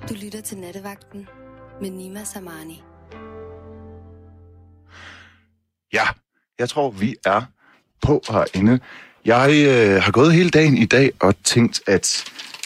Du lytter til Nattevagten med Nima Samani. Ja, jeg tror, vi er på herinde. Jeg har gået hele dagen i dag og tænkt, at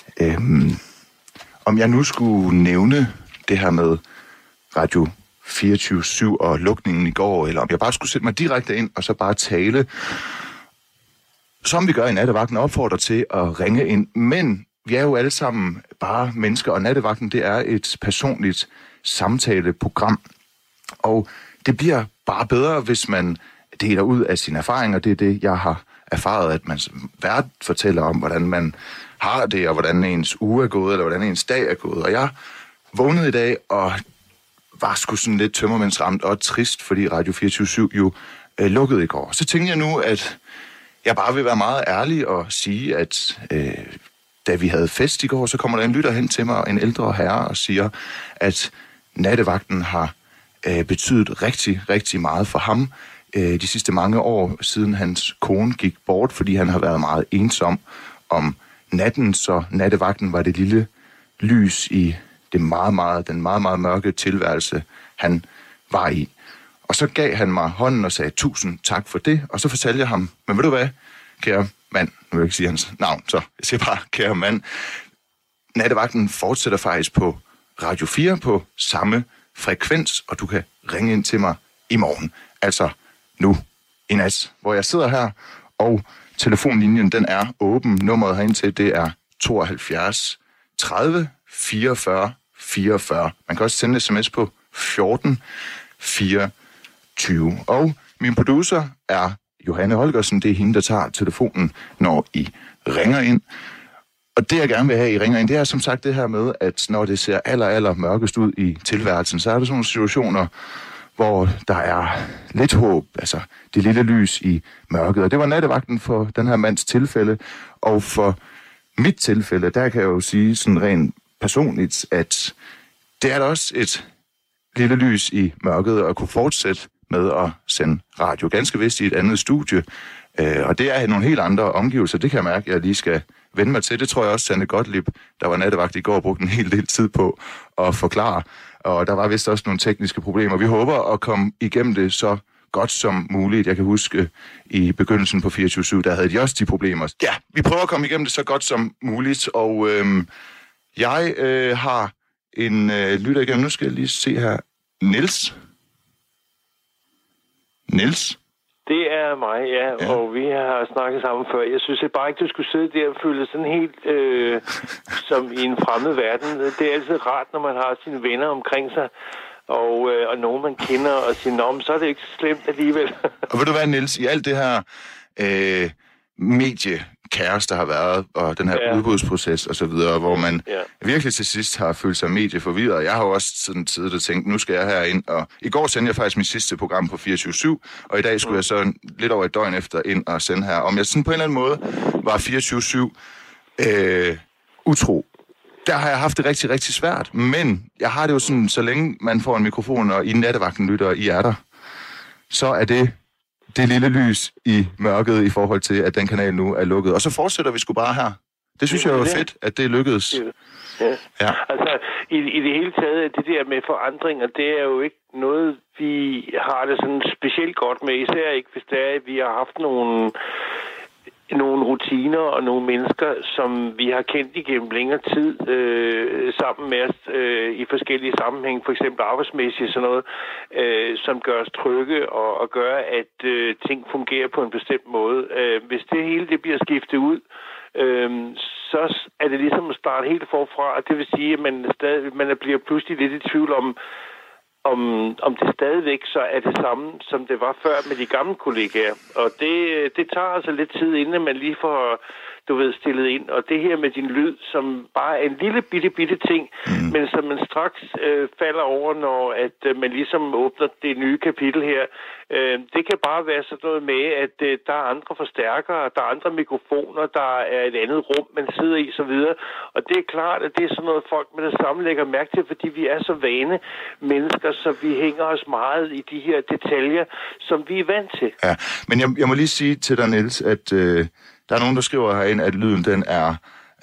om jeg nu skulle nævne det her med Radio 24/7 og lukningen i går, eller om jeg bare skulle sætte mig direkte ind og så bare tale, som vi gør i Nattevagten, opfordrer til at ringe ind. Men vi er jo alle sammen bare mennesker, og Nattevagten, det er et personligt samtaleprogram. Og det bliver bare bedre, hvis man deler ud af sine erfaringer. Det er det, jeg har erfaret, at man vært fortæller om, hvordan man har det, og hvordan ens uge er gået, eller hvordan ens dag er gået. Og jeg vågnede i dag og var sgu sådan lidt tømmermændsramt og trist, fordi Radio 24/7 jo lukkede i går. Så tænkte jeg nu, at jeg bare vil være meget ærlig og sige, at da vi havde fest i går, så kommer der en lytter hen til mig, en ældre herre, og siger, at Nattevagten har betydet rigtig, rigtig meget for ham de sidste mange år, siden hans kone gik bort, fordi han har været meget ensom om natten, så Nattevagten var det lille lys i den meget, meget mørke tilværelse, han var i. Og så gav han mig hånden og sagde, 1000 tak for det, og så fortalte jeg ham, men ved du hvad, kære mand, nu vil jeg ikke sige hans navn, så jeg siger bare, kære mand, Nattevagten fortsætter faktisk på Radio 4 på samme frekvens, og du kan ringe ind til mig i morgen. Altså nu i nat, hvor jeg sidder her, og telefonlinjen, den er åben. Nummeret herind til, det er 72 30 44 44. Man kan også sende sms på 14 24. Og min producer er Johanne Holgersen. Det er hende, der tager telefonen, når I ringer ind. Og det, jeg gerne vil have, I ringer ind, det er som sagt det her med, at når det ser aller mørkest ud i tilværelsen, så er der sådan nogle situationer, hvor der er lidt håb, altså det lille lys i mørket. Og det var Nattevagten for den her mands tilfælde, og for mit tilfælde, der kan jeg jo sige sådan rent personligt, at det er da også et lille lys i mørket, at kunne fortsætte med at sende radio, ganske vist i et andet studie. Og det er nogle helt andre omgivelser, det kan jeg mærke, at jeg lige skal vende mig til. Det tror jeg også, Sanne Gottlieb, der var nattevagt i går, brugte en hel del tid på at forklare. Og der var vist også nogle tekniske problemer. Vi håber at komme igennem det så godt som muligt. Jeg kan huske, i begyndelsen på 24/7, der havde de også de problemer. Ja, vi prøver at komme igennem det så godt som muligt, og jeg har en lytter igennem. Nu skal jeg lige se her. Niels? Det er mig, ja, og vi har snakket sammen før. Jeg synes bare ikke, du skulle sidde der og føle sådan helt som i en fremmed verden. Det er altid rart, når man har sine venner omkring sig, og nogen man kender, og siger, nå, men så er det ikke så slemt alligevel. Og ved du hvad, Niels, i alt det her mediekaos, der har været, og den her udbudsproces og så videre, hvor man virkelig til sidst har følt sig medieforvirret. Jeg har jo også sådan siddet og tænkt, nu skal jeg herind, og i går sendte jeg faktisk mit sidste program på 24/7, og i dag skulle jeg så lidt over et døgn efter ind og sende her. Om jeg sådan på en eller anden måde var 24/7 utro, der har jeg haft det rigtig, rigtig svært, men jeg har det jo sådan, så længe man får en mikrofon, og I Nattevagten lytter, I er der, så er det lille lys i mørket i forhold til, at den kanal nu er lukket. Og så fortsætter vi sgu bare her. Det synes jeg var fedt, at det lykkedes. Ja. Altså, i det hele taget, det der med forandringer, det er jo ikke noget, vi har det sådan specielt godt med. Især ikke, hvis det er, at vi har haft nogle rutiner og nogle mennesker, som vi har kendt igennem længere tid sammen med os i forskellige sammenhæng, for eksempel arbejdsmæssigt sådan noget, som gør os trygge og gør, at ting fungerer på en bestemt måde. Hvis det hele det bliver skiftet ud, så er det ligesom at starte helt forfra, og det vil sige, at man bliver pludselig lidt i tvivl om det stadigvæk så er det samme, som det var før med de gamle kollegaer. Og det tager altså lidt tid, inden man lige får, stillet ind. Og det her med din lyd, som bare er en lille bitte ting, men som man straks falder over, når at man ligesom åbner det nye kapitel her. Det kan bare være sådan noget med, at der er andre forstærkere, der er andre mikrofoner, der er et andet rum, man sidder i, så videre. Og det er klart, at det er sådan noget, folk med det samme lægger mærke til, fordi vi er så vane mennesker, så vi hænger os meget i de her detaljer, som vi er vant til. Ja, men jeg må lige sige til dig, Niels, at der er nogen, der skriver herinde, at lyden den er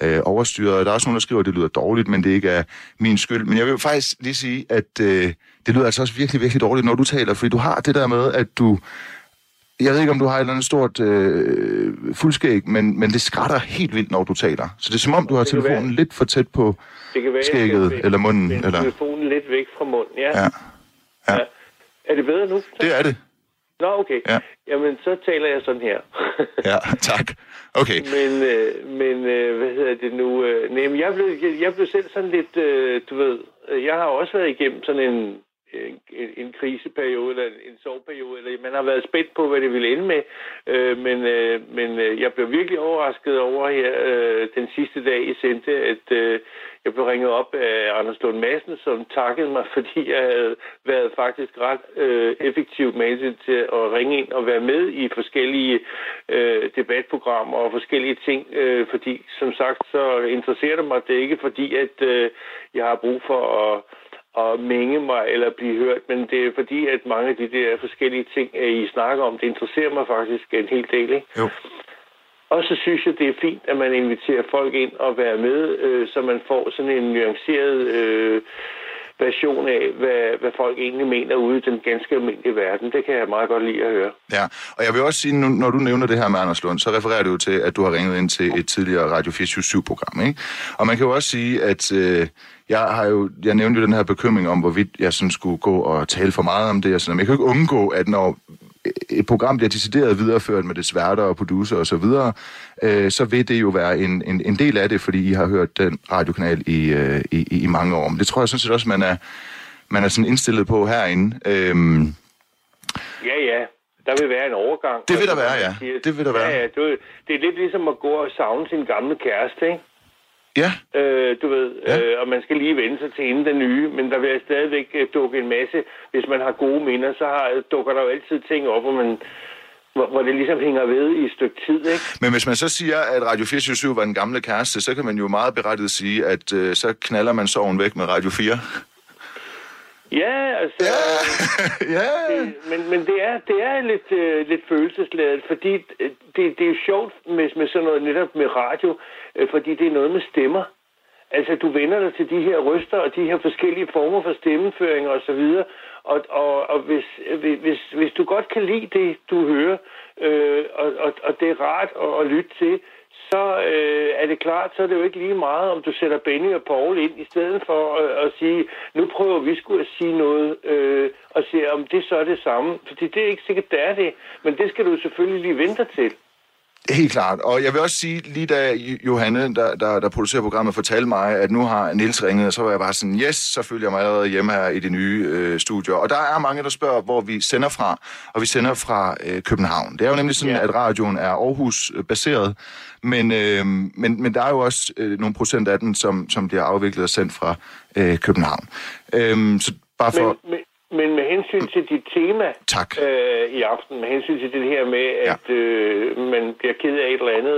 overstyret. Og der er også nogen, der skriver, at det lyder dårligt, men det ikke er min skyld. Men jeg vil faktisk lige sige, at det lyder altså også virkelig, virkelig dårligt, når du taler, fordi du har det der med, at du... Jeg ved ikke, om du har et eller andet stort fuldskæg, men det skrætter helt vildt, når du taler. Så det er som om, du har telefonen lidt for tæt på skægget eller munden. Eller telefonen lidt væk fra munden, ja. Ja. Er det bedre nu? Det er det. Nå, okay. Ja. Jamen, så taler jeg sådan her. Ja, tak. Okay. Men hvad hedder det nu? Jeg blev selv sådan lidt, du ved, jeg har også været igennem sådan en kriseperiode, eller en soveperiode, eller man har været spændt på, hvad det ville ende med. Men jeg blev virkelig overrasket over her den sidste dag i sendte, at jeg blev ringet op af Anders Lund Madsen, som takkede mig, fordi jeg havde været faktisk ret effektiv med hensyn til at ringe ind og være med i forskellige debatprogrammer og forskellige ting, fordi som sagt, så interesserer det mig. Det er ikke fordi, at jeg har brug for at mænge mig eller blive hørt, men det er fordi, at mange af de der forskellige ting, I snakker om, det interesserer mig faktisk en hel del, ikke? Jo. Og så synes jeg, det er fint, at man inviterer folk ind og være med, så man får sådan en nuanceret version af, hvad folk egentlig mener ude i den ganske almindelige verden. Det kan jeg meget godt lide at høre. Ja, og jeg vil også sige, når du nævner det her med Anders Lund, så refererer du jo til, at du har ringet ind til et tidligere Radio 24/7-program, ikke? Og man kan jo også sige, at jeg nævnte jo den her bekymring om, hvorvidt jeg sådan skulle gå og tale for meget om det, og sådan, men jeg kan jo ikke undgå, at når et program bliver decideret videreført med dets værter og producer og så videre, så vil det jo være en del af det, fordi I har hørt den radiokanal i mange år. Men det tror jeg sådan set også, man er sådan indstillet på herinde. Ja. Der vil være en overgang. Det vil der være, ja. Det vil der være. Ja, det er lidt ligesom at gå og savne sin gamle kæreste, ikke? Ja. Du ved, og man skal lige vende sig til inden den nye, men der vil stadigvæk dukke en masse, hvis man har gode minder, så dukker der jo altid ting op, hvor det ligesom hænger ved i et stykke tid, ikke? Men hvis man så siger, at Radio 24/7 var en gamle kæreste, så kan man jo meget berettiget sige, at så knaller man sorgen væk med Radio 4. Ja, altså... Ja. Men det er lidt følelsesladet, fordi det er jo sjovt med sådan noget netop med radio, fordi det er noget med stemmer. Altså, du vender dig til de her røster og de her forskellige former for stemmeføringer osv., og hvis du godt kan lide det, du hører, og det er rart at lytte til, så er det klart, så er det jo ikke lige meget, om du sætter Benny og Paul ind, i stedet for at sige, nu prøver vi sgu at sige noget, og se, om det så er det samme. Fordi det er ikke sikkert, det er det, men det skal du selvfølgelig lige vente til. Helt klart, og jeg vil også sige, lige da Johanne, der producerer programmet, fortalte mig, at nu har Niels ringet, og så var jeg bare sådan, yes, så følger jeg mig allerede hjemme her i det nye studio. Og der er mange, der spørger, hvor vi sender fra, og vi sender fra København. Det er jo nemlig sådan, at radioen er Aarhus-baseret, men der er jo også nogle procent af den, som bliver afviklet og sendt fra København. Så bare for... Men med hensyn til dit tema i aften, med hensyn til det her med, at man bliver ked af et eller andet,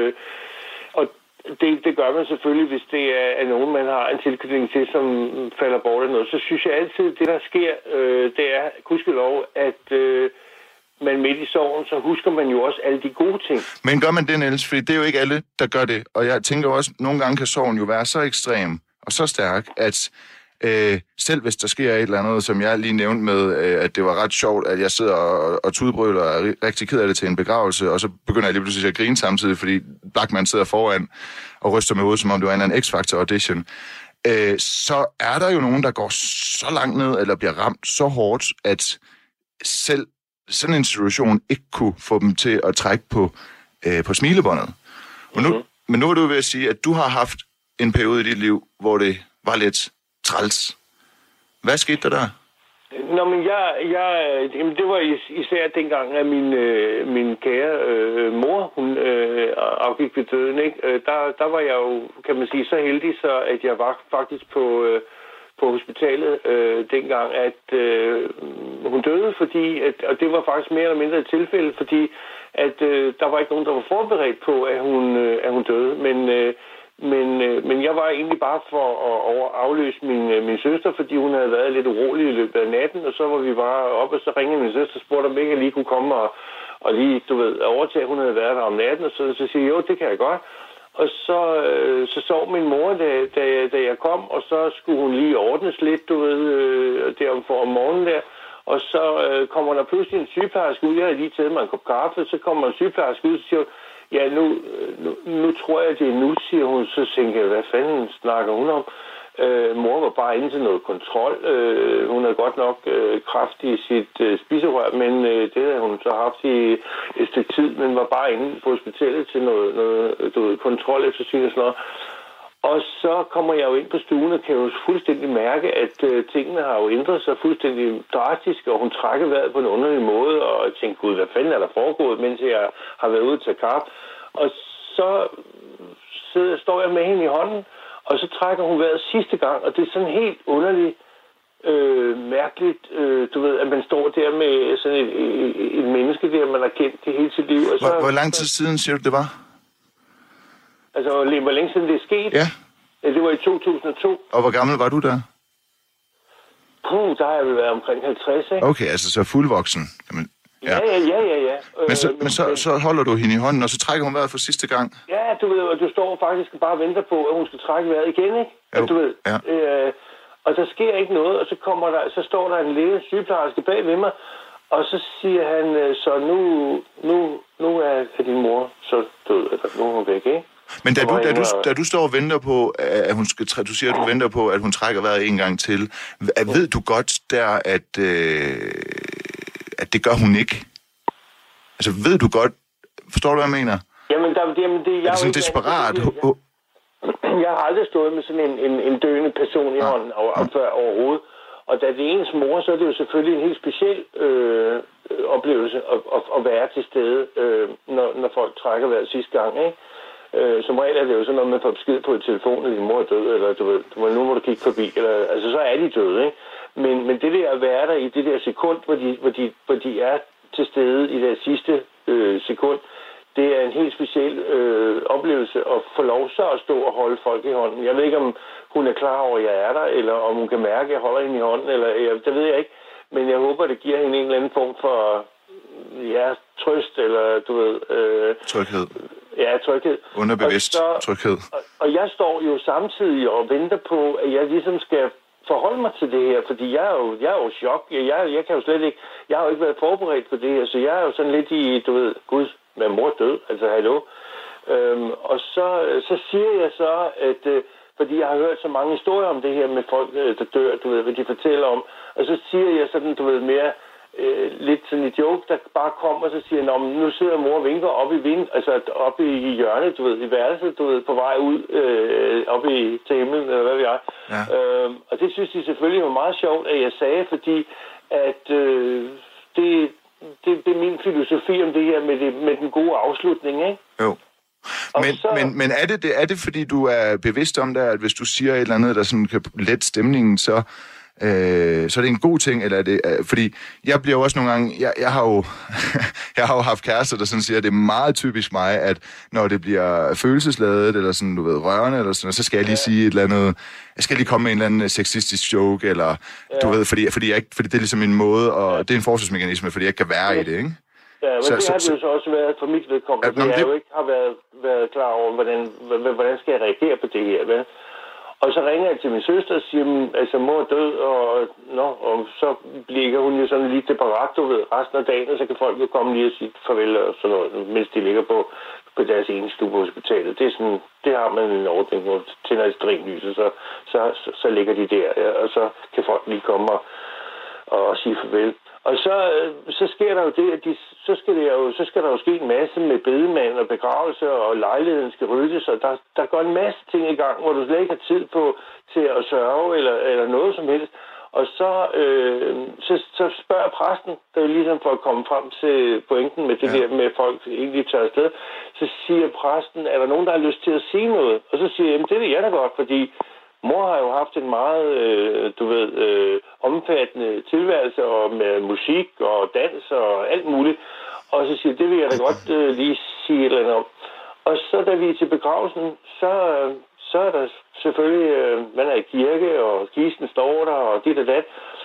og det gør man selvfølgelig, hvis det er nogen, man har en tilknytning til, som falder bort eller noget, så synes jeg altid, det der sker, det er, gudskelov, at man midt i sorgen, så husker man jo også alle de gode ting. Men gør man det, Niels? Fordi det er jo ikke alle, der gør det, og jeg tænker også, at nogle gange kan sorgen jo være så ekstrem og så stærk, at selv hvis der sker et eller andet, som jeg lige nævnte med, at det var ret sjovt, at jeg sidder og tudbrøler og er rigtig ked af det til en begravelse, og så begynder jeg lige pludselig at grine samtidig, fordi Blackman sidder foran og ryster med hovedet, som om det var en eller anden X-Factor audition. Så er der jo nogen, der går så langt ned, eller bliver ramt så hårdt, at selv sådan en situation ikke kunne få dem til at trække på smilebåndet. Men nu er du ved at sige, at du har haft en periode i dit liv, hvor det var lidt træls. Hvad skete der? Nå, men det var især dengang, at min kære mor, hun afgik ved døden, ikke? Der var jeg jo, kan man sige, så heldig, så at jeg var faktisk på hospitalet dengang, at hun døde, fordi, og det var faktisk mere eller mindre et tilfælde, fordi at der var ikke nogen, der var forberedt på, at hun døde, men jeg var egentlig bare for at afløse min søster, fordi hun havde været lidt urolig i løbet af natten, og så var vi bare oppe, og så ringede min søster og spurgte, om ikke jeg lige kunne komme og lige, overtage, at hun havde været der om natten, og så siger jeg, jo, det kan jeg godt. Og så sov min mor, da jeg kom, og så skulle hun lige ordnes lidt, du ved, derom for om morgenen der. Og så kommer der pludselig en sygeplejerske ud. Jeg havde lige taget mig en kop kaffe, så kommer en sygeplejerske ud og siger, ja, nu tror jeg, det er nu, siger hun. Så tænker jeg, hvad fanden snakker hun om? Mor var bare inde til noget kontrol. Hun havde godt nok kræft i sit spiserør, men det havde hun så haft i et stykke tid, men var bare inde på hospitalet til noget kontrol efter syn og sådan noget. Og så kommer jeg jo ind på stuen og kan jo fuldstændig mærke, at tingene har jo ændret sig fuldstændig drastisk, og hun trækker vejret på en underlig måde, og jeg tænkte, gud, hvad fanden er der foregået, mens jeg har været ude til kaffe. Og så står jeg med hende i hånden, og så trækker hun vejret sidste gang, og det er sådan helt underligt, mærkeligt, du ved, at man står der med sådan et menneske der, man har kendt det hele sit liv. Og så, hvor lang tid siden siger du, det var? Altså, hvor længe siden det er sket? Ja. Det var i 2002. Og hvor gammel var du der? Der har jeg vel været omkring 50, ikke? Okay, altså så fuldvoksen. Jamen, ja. Men så holder du hende i hånden, og så trækker hun vejret for sidste gang? Ja, du ved, og du står faktisk bare og venter på, at hun skal trække vejret igen, ikke? Jo. Du ved, ja. Og der sker ikke noget, og så står der en læge, sygeplejerske bag ved mig, og så siger han, så nu er din mor så død, eller nu er hun væk, ikke? Men da du står og venter på, at hun skal, du siger, at du venter på, at hun trækker vejret en gang til, ved du godt der, at det gør hun ikke? Altså, ved du godt, forstår du, hvad jeg mener? Jamen, det er det sådan desperat? Jeg har aldrig stået med sådan en døende person i hånden før overhovedet. Og da det er ens mor, så er det jo selvfølgelig en helt speciel oplevelse at være til stede, når folk trækker vejret sidste gang, ikke? Som regel er det jo sådan noget, man får besked på i telefonen, at din mor er død, eller du ved, nu må du kigge forbi, eller, altså så er de døde, ikke? Men det der at være der i det der sekund, hvor de er til stede i det sidste sekund, det er en helt speciel oplevelse at få lov så at stå og holde folk i hånden. Jeg ved ikke, om hun er klar over, at jeg er der, eller om hun kan mærke, at jeg holder hende i hånden, eller det ved jeg ikke. Men jeg håber, det giver hende en eller anden form for trøst, eller du ved... tryghed. Ja, tryghed. Underbevidst tryghed. Og jeg står jo samtidig og venter på, at jeg ligesom skal forholde mig til det her, fordi jeg er jo i chok. Jeg kan jo slet ikke... Jeg har jo ikke været forberedt på det her, så jeg er jo sådan lidt i, du ved, gud, med mor død, altså hallo. Og så siger jeg så, at... fordi jeg har hørt så mange historier om det her med folk, der dør, du ved, hvad de fortæller om. Og så siger jeg sådan, du ved, mere... lidt sådan et joke, der bare kommer og så siger, nu sidder mor og vinker op i op i hjørnet, du ved, i værelset, du ved, på vej ud op til himlen, eller hvad ved jeg. Ja. Og det synes de selvfølgelig var meget sjovt, at jeg sagde, fordi at det er min filosofi om det her med den gode afslutning, ikke? Jo. Men er det fordi du er bevidst om det, at hvis du siger et eller andet, der sådan kan lette stemningen, så er det en god ting, eller er det... fordi jeg bliver jo også nogle gange... Jeg har jo haft kærester, der sådan siger, at det er meget typisk mig, at når det bliver følelsesladet, eller sådan, du ved, rørende, eller sådan, så skal jeg lige sige et eller andet... Jeg skal lige komme med en eller anden sexistisk joke, eller du ved, fordi det er ligesom en måde, og det er en forsvarsmekanisme, fordi jeg ikke kan være i det, ikke? Ja, men det har det jo så også været for mit vedkommende, fordi jeg jo ikke har været klar over, hvordan skal jeg reagere på det her, vel? Og så ringer jeg til min søster og siger, altså mor er død, og så ligger hun jo sådan lige desperat, du ved, resten af dagen, og så kan folk jo komme lige og sige farvel og sådan noget, mens de ligger på deres ene stue på hospitalet. Det er sådan, det har man en ordning, hvor de tænder et stringlys, og så ligger de der, ja, og så kan folk lige komme og sige farvel. Og så sker der jo det, at så skal der jo ske en masse med bedemand og begravelse, og lejligheden skal ryddes, og der går en masse ting i gang, hvor du slet ikke har tid på til at sørge eller noget som helst. Og så spørger præsten, der er ligesom for at komme frem til pointen med det der med, at folk egentlig tager afsted, så siger præsten, er der nogen, der har lyst til at sige noget? Og så siger jeg, jamen det vil jeg da godt, fordi mor har jo haft en meget, omfattende tilværelse og med musik og dans og alt muligt. Og så siger jeg, det vil jeg da godt lige sige et eller andet om. Og så da vi er til begravelsen, så er der selvfølgelig, man er i kirke, og kisten står der, og dit og dat.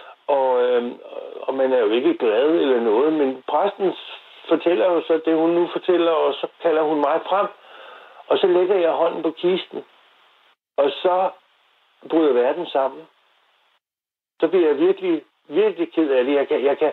Og man er jo ikke glad eller noget, men præsten fortæller jo så det, hun nu fortæller, og så kalder hun mig frem. Og så lægger jeg hånden på kisten, og så bryder verden sammen. Så bliver jeg virkelig, virkelig ked af det.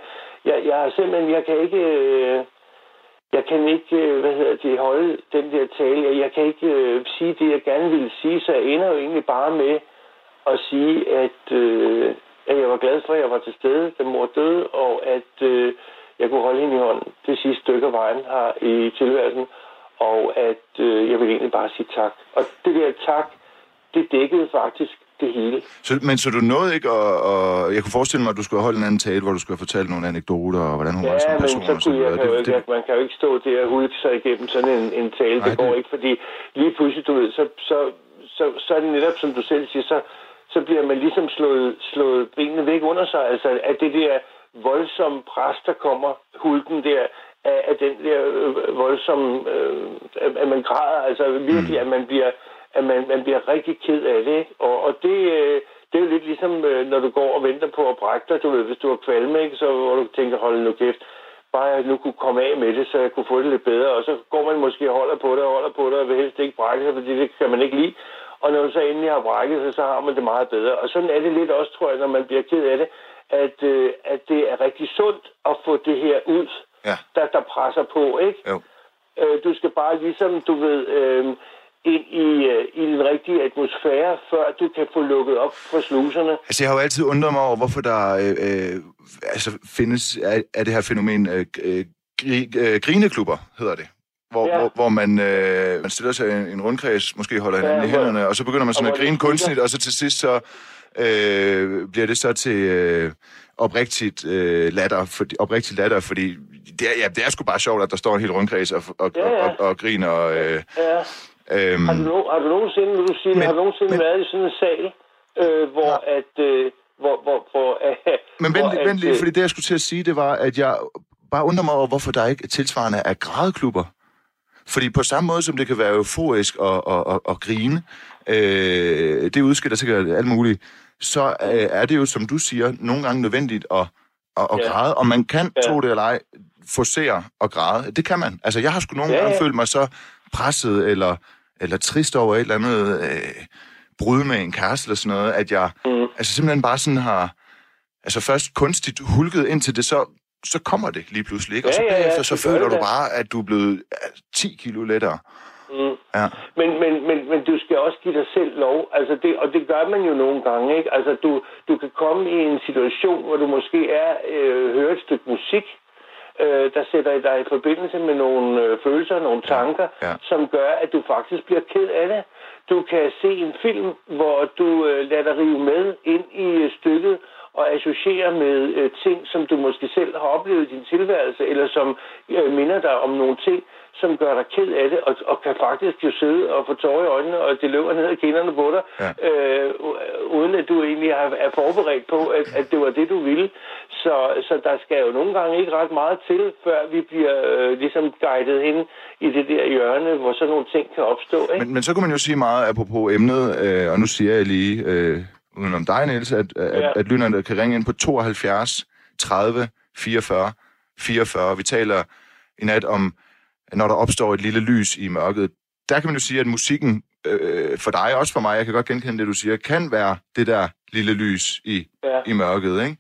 Jeg kan ikke holde den der tale. Jeg kan ikke sige det, jeg gerne ville sige, så jeg ender jo egentlig bare med at sige, at jeg var glad for, at jeg var til stede, da mor døde, og at jeg kunne holde hende i hånden det sidste stykke af vejen her i tilværelsen, og at jeg vil egentlig bare sige tak. Og det der tak, det dækkede faktisk det hele. Så du nåede ikke jeg kunne forestille mig, at du skulle holde en anden tale, hvor du skulle have fortalt nogle anekdoter, og hvordan hun var som person. Ja, men så man kan jo ikke stå der og hulke sig igennem sådan en tale. Nej, det går ikke, fordi lige pludselig, du ved, så er det netop, som du selv siger, så bliver man ligesom slået benene væk under sig. Altså, at det der voldsomme pres, der kommer, hulken der, af den der voldsomme, at man græder, altså virkelig, at man bliver rigtig ked af det, og det er jo lidt ligesom, når du går og venter på at brække dig, du ved, hvis du har kvalme, ikke, så hvor du tænker, hold nu kæft, bare jeg nu kunne komme af med det, så jeg kunne få det lidt bedre, og så går man måske og holder på det, og vil helst ikke brække sig, fordi det kan man ikke lide, og når du så endelig har brækket sig, så har man det meget bedre, og sådan er det lidt også, tror jeg, når man bliver ked af det, at det er rigtig sundt at få det her ud, der presser på, ikke? Jo. Du skal bare ligesom, du ved, ind i den rigtige atmosfære, før du kan få lukket op for sluserne. Altså, jeg har jo altid undret mig over, hvorfor der findes af det her fænomen grineklubber, hedder det. Hvor man stiller sig i en rundkreds, måske holder hinanden i hænderne, og så begynder man sådan at grine kunstigt, og så til sidst så bliver det så til oprigtigt latter, fordi det er sgu bare sjovt, at der står en hel rundkreds og griner. Har du nogensinde, vil du sige, har du nogensinde været i sådan en sal, Men vent lige, fordi det jeg skulle til at sige, det var, at jeg bare undrer mig over, hvorfor der ikke tilsvarende er grædeklubber. Fordi på samme måde, som det kan være euforisk og grine, det udskiller sikkert alt muligt, så er det jo, som du siger, nogle gange nødvendigt at græde, og man kan, tro det eller ej, forcere og græde. Det kan man. Altså, jeg har sgu nogle gange følt mig så presset eller trist over et eller andet brud med en kæreste eller sådan noget, at jeg altså simpelthen bare sådan har først kunstigt hulket indtil det så kommer det lige pludselig, ikke? Og så bagefter så føler du bare, at du er blevet 10 kilo lettere. Mm. Ja. Men du skal også give dig selv lov. Altså og det gør man jo nogle gange, ikke? Altså du kan komme i en situation, hvor du måske hører et stykke musik, der sætter dig i forbindelse med nogle følelser, nogle tanker, som gør, at du faktisk bliver ked af det. Du kan se en film, hvor du lader dig rive med ind i stykket, og associere med ting, som du måske selv har oplevet i din tilværelse, eller som minder dig om nogle ting, som gør dig ked af det, og kan faktisk jo sidde og få tårer i øjnene, og det løber ned ad kinderne på dig, uden at du egentlig er forberedt på, at det var det, du ville. Så der skal jo nogle gange ikke ret meget til, før vi bliver ligesom guidet hen i det der hjørne, hvor sådan nogle ting kan opstå. Ikke? Men så kunne man jo sige meget apropos emnet, og nu siger jeg lige... udenom dig, Niels, at lytterne kan ringe ind på 72 30 44 44. Vi taler i nat om, når der opstår et lille lys i mørket. Der kan man jo sige, at musikken for dig, også for mig, jeg kan godt genkende det, du siger, kan være det der lille lys i mørket, ikke?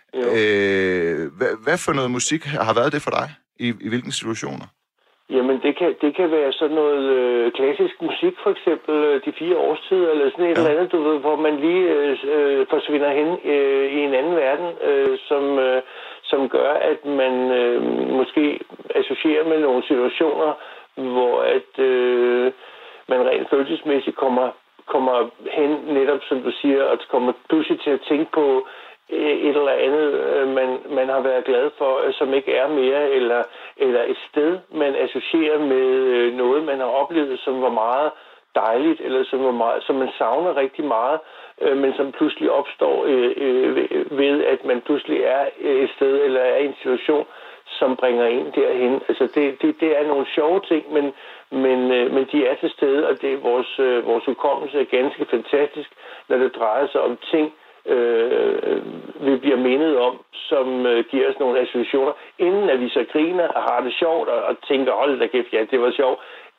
Hvad for noget musik har været det for dig? I hvilke situationer? Jamen, det kan være sådan noget klassisk musik, for eksempel De 4 årstider, eller sådan et eller andet, du ved, hvor man lige forsvinder hen i en anden verden, som gør, at man måske associerer med nogle situationer, hvor at man rent følelsesmæssigt kommer hen, netop som du siger, og kommer pludselig til at tænke på et eller andet, man har været glad for, som ikke er mere, eller et sted, man associerer med noget, man har oplevet, som var meget dejligt, eller som man savner rigtig meget, men som pludselig opstår ved, at man pludselig er et sted, eller er i en situation, som bringer en derhen. Altså det er nogle sjove ting, men de er til stede, og det er vores hukommelse er ganske fantastisk, når det drejer sig om ting, vi bliver mindet om, som giver os nogle associationer, inden at vi så griner og har det sjovt og tænker, hold da kæft, ja, det var sjovt,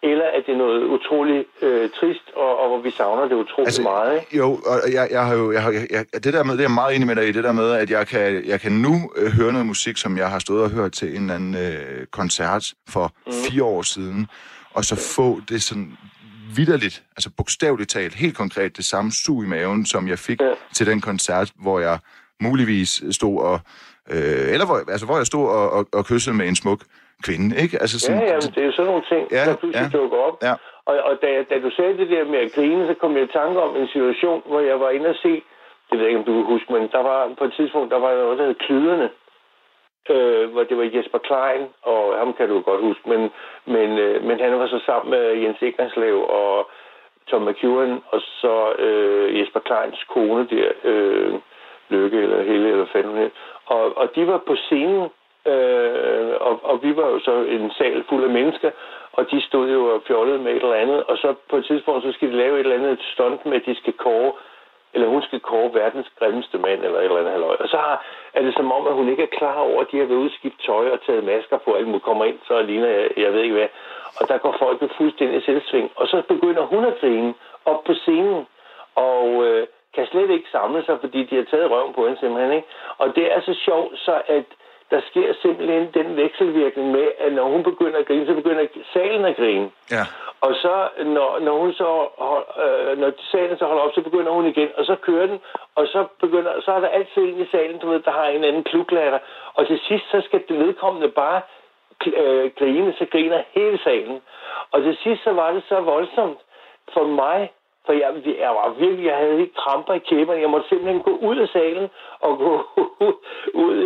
eller er det noget utroligt trist, og hvor vi savner det utroligt meget, ikke? Jo, og det der med, det er jeg meget enig med dig i, det der med, at jeg kan nu høre noget musik, som jeg har stået og hørt til en eller anden koncert for 4 år siden, og så få det sådan vitterligt, altså bogstaveligt talt, helt konkret det samme sug i maven, som jeg fik til den koncert, hvor jeg muligvis stod og hvor jeg stod og kyssede med en smuk kvinde, ikke? Altså sådan, det er jo sådan nogle ting, der pludselig dukker op. Ja. Og da du sagde det der med at grine, så kom jeg i tanke om en situation, hvor jeg var inde og se, det ved jeg ikke, om du kan huske, men der var på et tidspunkt, der var noget, der hed Klyderne, hvor det var Jesper Klein, og ham kan du godt huske, men han var så sammen med Jens Eggerslev og Tom McEwan, og så Jesper Kleins kone der, Lykke eller Helle eller fanden, og de var på scenen, og vi var jo så en sal fuld af mennesker, og de stod jo og fjollede med et eller andet, og så på et tidspunkt, så skal de lave et eller andet stunt med, at de skal kåre, eller hun skal kåre verdens grimmeste mand, eller et eller andet halløj. Og så er det som om, at hun ikke er klar over, at de har været ude og skifte tøj og taget masker på, at hun kommer ind, så ligner jeg ved ikke hvad. Og der går folk jo fuldstændig selvsving. Og så begynder hun at grine op på scenen, og kan slet ikke samle sig, fordi de har taget røven på hende simpelthen, ikke? Og det er så sjovt, så at der sker simpelthen den vekselvirkning med, at når hun begynder at grine, så begynder salen at grine. Ja. Og så, når hun så når salen så holder op, så begynder hun igen, og så kører den, og så er der altid en i salen, du ved, der har en anden kluglatter. Og til sidst, så skal det vedkommende bare grine, så griner hele salen. Og til sidst, så var det så voldsomt for mig, for jeg havde ikke kramper i kæberne. Jeg måtte simpelthen gå ud af salen og gå ud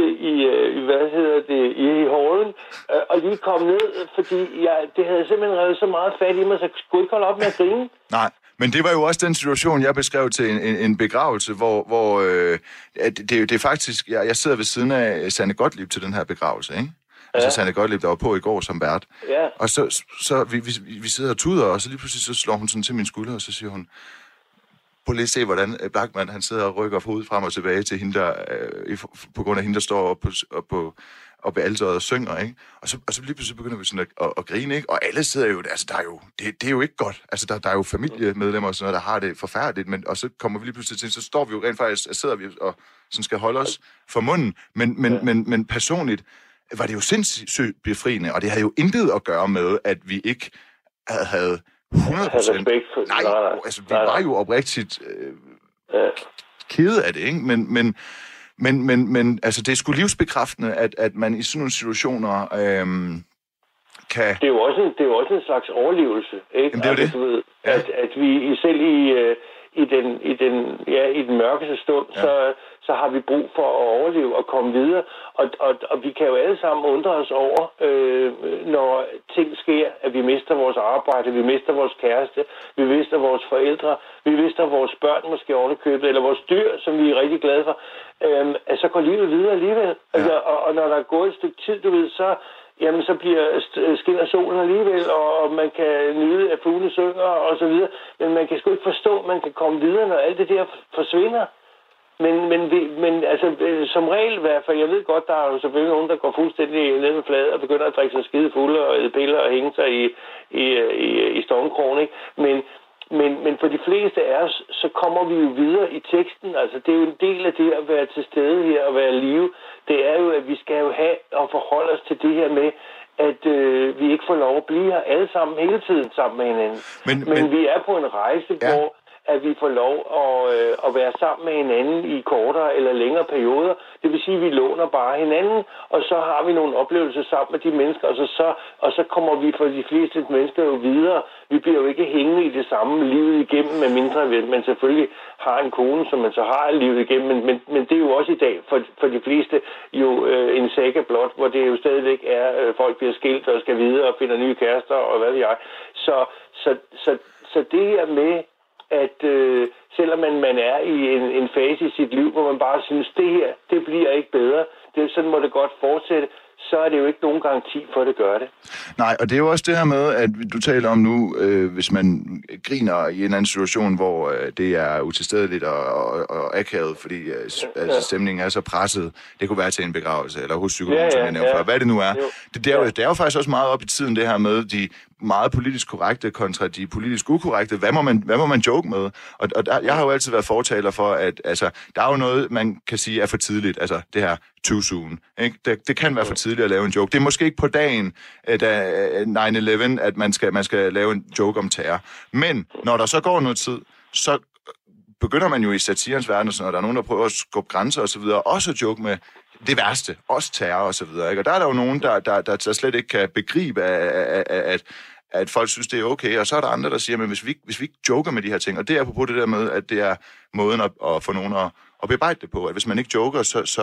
i hallen og lige komme ned, fordi det havde simpelthen revet så meget fat i mig, så jeg skulle ikke holde op med at grine. Nej. Men det var jo også den situation, jeg beskrev til en begravelse, hvor det er faktisk, jeg sidder ved siden af Sanne Gottlieb til den her begravelse, ikke? Altså Sanne Gottlieb, der var på i går som vært. Ja. Og så vi sidder og tuder, og så lige pludselig så slår hun sådan til min skulder, og så siger hun, prøv lige at se, hvordan Blachman, han sidder og rykker hovedet frem og tilbage til hende, der, på grund af hende, der står op ved alteret og synger, ikke? Og så lige pludselig begynder vi sådan at grine, ikke? Og alle sidder jo, altså der er jo, det er jo ikke godt. Altså der er jo familiemedlemmer og sådan noget, der har det forfærdeligt, og så kommer vi lige pludselig til, så står vi jo rent faktisk, sidder vi og sådan skal holde os for munden. Men personligt var det jo sindssygt befriende, og det havde jo intet at gøre med, at vi ikke havde 100%... Nej, altså vi var jo oprigtigt kede af det, ikke? Men altså, det er sgu livsbekræftende, at man i sådan nogle situationer kan... Det er jo også en slags overlevelse, ikke? Jamen, det er jo det. Du ved, at vi selv i den mørkeste stund, så har vi brug for at overleve og komme videre. Og vi kan jo alle sammen undre os over, når ting sker, at vi mister vores arbejde, vi mister vores kæreste, vi mister vores forældre, vi mister vores børn måske ovenikøbet, eller vores dyr, som vi er rigtig glade for, at så går livet videre alligevel. Ja. Altså, og når der er gået et stykke tid, du ved, så skinner solen alligevel, og man kan nyde, at fugle synger og så videre. Men man kan sgu ikke forstå, at man kan komme videre, når alt det der forsvinder. Men altså, som regel i hvert fald, jeg ved godt, der er jo selvfølgelig nogen, der går fuldstændig ned med fladet og begynder at drikke sig skide fulde og æde piller og hænge sig i stormkrogen, ikke? Men for de fleste af os, så kommer vi jo videre i teksten. Altså, det er jo en del af det at være til stede her og være i live. Det er jo, at vi skal jo have og forholde os til det her med, at vi ikke får lov at blive her alle sammen hele tiden sammen med hinanden. Men vi er på en rejse, hvor at vi får lov at være sammen med hinanden i kortere eller længere perioder. Det vil sige, at vi låner bare hinanden, og så har vi nogle oplevelser sammen med de mennesker, og så kommer vi for de fleste mennesker jo videre. Vi bliver jo ikke hængende i det samme livet igennem, medmindre man selvfølgelig har en kone, som man så har livet igennem. Men det er jo også i dag for de fleste jo en saga blot, hvor det jo stadigvæk er, folk bliver skilt og skal videre og finder nye kærester og hvad ved jeg. Så det her med, at selvom man er i en fase i sit liv, hvor man bare synes, det her, det bliver ikke bedre, sådan må det godt fortsætte, så er det jo ikke nogen garanti for, at det gør det. Nej, og det er jo også det her med, at du taler om nu, hvis man griner i en eller anden situation, hvor det er utilstedeligt og akavet, fordi altså, stemningen er så presset. Det kunne være til en begravelse, eller hos psykologen, som jeg nævnte før. Hvad det nu er. Det er jo faktisk også meget op i tiden, det her med de meget politisk korrekte kontra de politisk ukorrekte. Hvad må man joke med? Og jeg har jo altid været fortaler for, at altså, der er jo noget, man kan sige er for tidligt. Altså det her too soon. Ikke? Det kan være for tidligt at lave en joke. Det er måske ikke på dagen, da 9/11, at man skal lave en joke om terror. Men når der så går noget tid, så begynder man jo i satirens verden, og der er nogen, der prøver at skubbe grænser osv., også at joke med det værste, også terror og så videre. Ikke? Og der er der jo nogen, der slet ikke kan begribe, at folk synes, det er okay, og så er der andre, der siger, men hvis vi ikke joker med de her ting, og det er apropos det der med, at det er måden at få nogen at bearbejde det på, at hvis man ikke joker,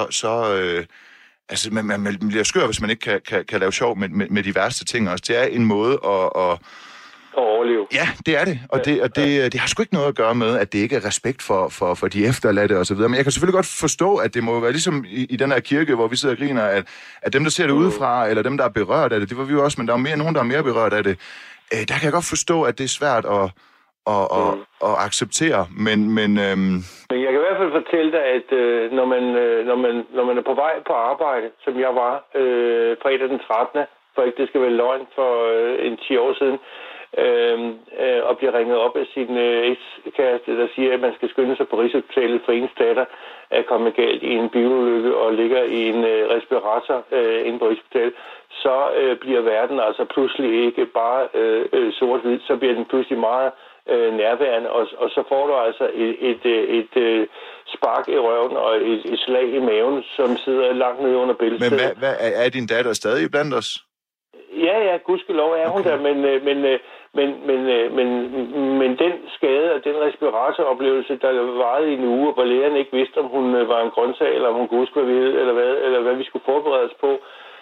altså man bliver skør, hvis man ikke kan lave sjov med de værste ting også. Det er en måde at overleve. Ja, det er det. Og det har sgu ikke noget at gøre med, at det ikke er respekt for de efterladte og så videre. Men jeg kan selvfølgelig godt forstå, at det må være ligesom i den her kirke, hvor vi sidder og griner, at dem, der ser det udefra, eller dem, der er berørt af det var vi jo også, men der er nogen, der er mere berørt af det. Der kan jeg godt forstå, at det er svært at acceptere, men jeg kan i hvert fald fortælle dig, at når man er på vej på arbejde, som jeg var fredag den 13., for ikke det skal være løgn for en 10 år siden, og bliver ringet op af sin ekskæreste, der siger, at man skal skynde sig på Rigshospitalet, for ens datter er kommet galt i en bilulykke og ligger i en respirator inde på Rigshospitalet, så bliver verden altså pludselig ikke bare sort-hvid, så bliver den pludselig meget nærværende, og så får du altså et spark i røven og et slag i maven, som sidder langt nede under bæltestedet. Men hvad er din datter stadig blandt os? Ja, gudskelov er hun der, men den skade og den respiratoroplevelse, der varede i en uge, hvor lægerne ikke vidste, om hun var en grøntsag, eller om hun kunne huske, hvad vi hed, eller hvad vi skulle forberede os på,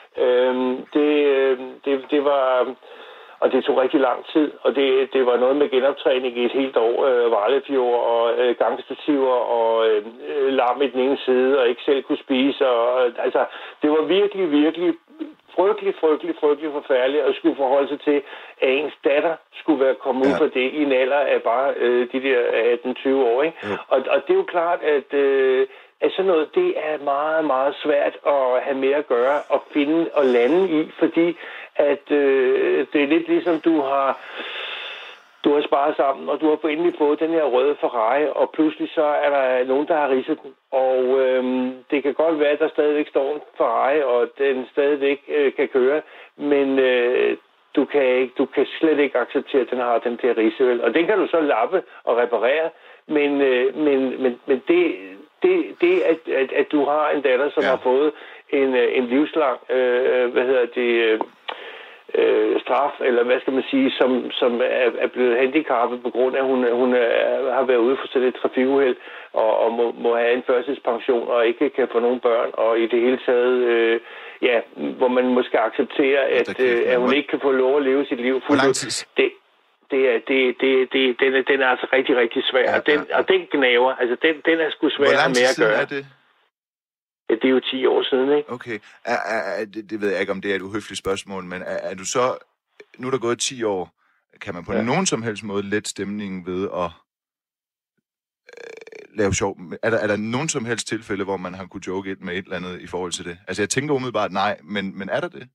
det var... Og det tog rigtig lang tid, og det var noget med genoptræning i et helt år, Varlefjord og gangstativer og larm i den ene side, og ikke selv kunne spise. Altså, det var virkelig, virkelig frygtelig forfærdeligt at skulle forholde sig til, at ens datter skulle være kommet ud for det i en alder af bare de der 18-20 år. Ikke? Og det er jo klart, at sådan noget, det er meget, meget svært at have med at gøre og finde og lande i, fordi at det er lidt ligesom du har sparet sammen, og du har endelig fået den her røde Ferrari, og pludselig så er der nogen, der har ridset den. Og det kan godt være, at der stadigvæk står en Ferrari, og den stadigvæk kan køre, men du kan slet ikke acceptere, at den har den der ridse. Og den kan du så lappe og reparere, men det at du har en datter, som har fået en livslang, straf, eller hvad skal man sige, som er blevet handicappet på grund af, at hun har været ude for sådan et trafikuheld, og må have en førtidspension, og ikke kan få nogen børn, og i det hele taget, hvor man måske accepterer, at hun ikke kan få lov at leve sit liv fuldt ud. Den er altså rigtig, rigtig svær. Og den gnaver, altså den er sgu svær med at gøre. Er det? Ja, det er jo 10 år siden, ikke? Okay. Det ved jeg ikke, om det er et uhøfligt spørgsmål, men er du så... Nu er der gået 10 år. Kan man på nogen som helst måde lette stemningen ved at lave sjov? Er der nogen som helst tilfælde, hvor man har kunne joke med et eller andet i forhold til det? Altså, jeg tænker umiddelbart nej, men er der det?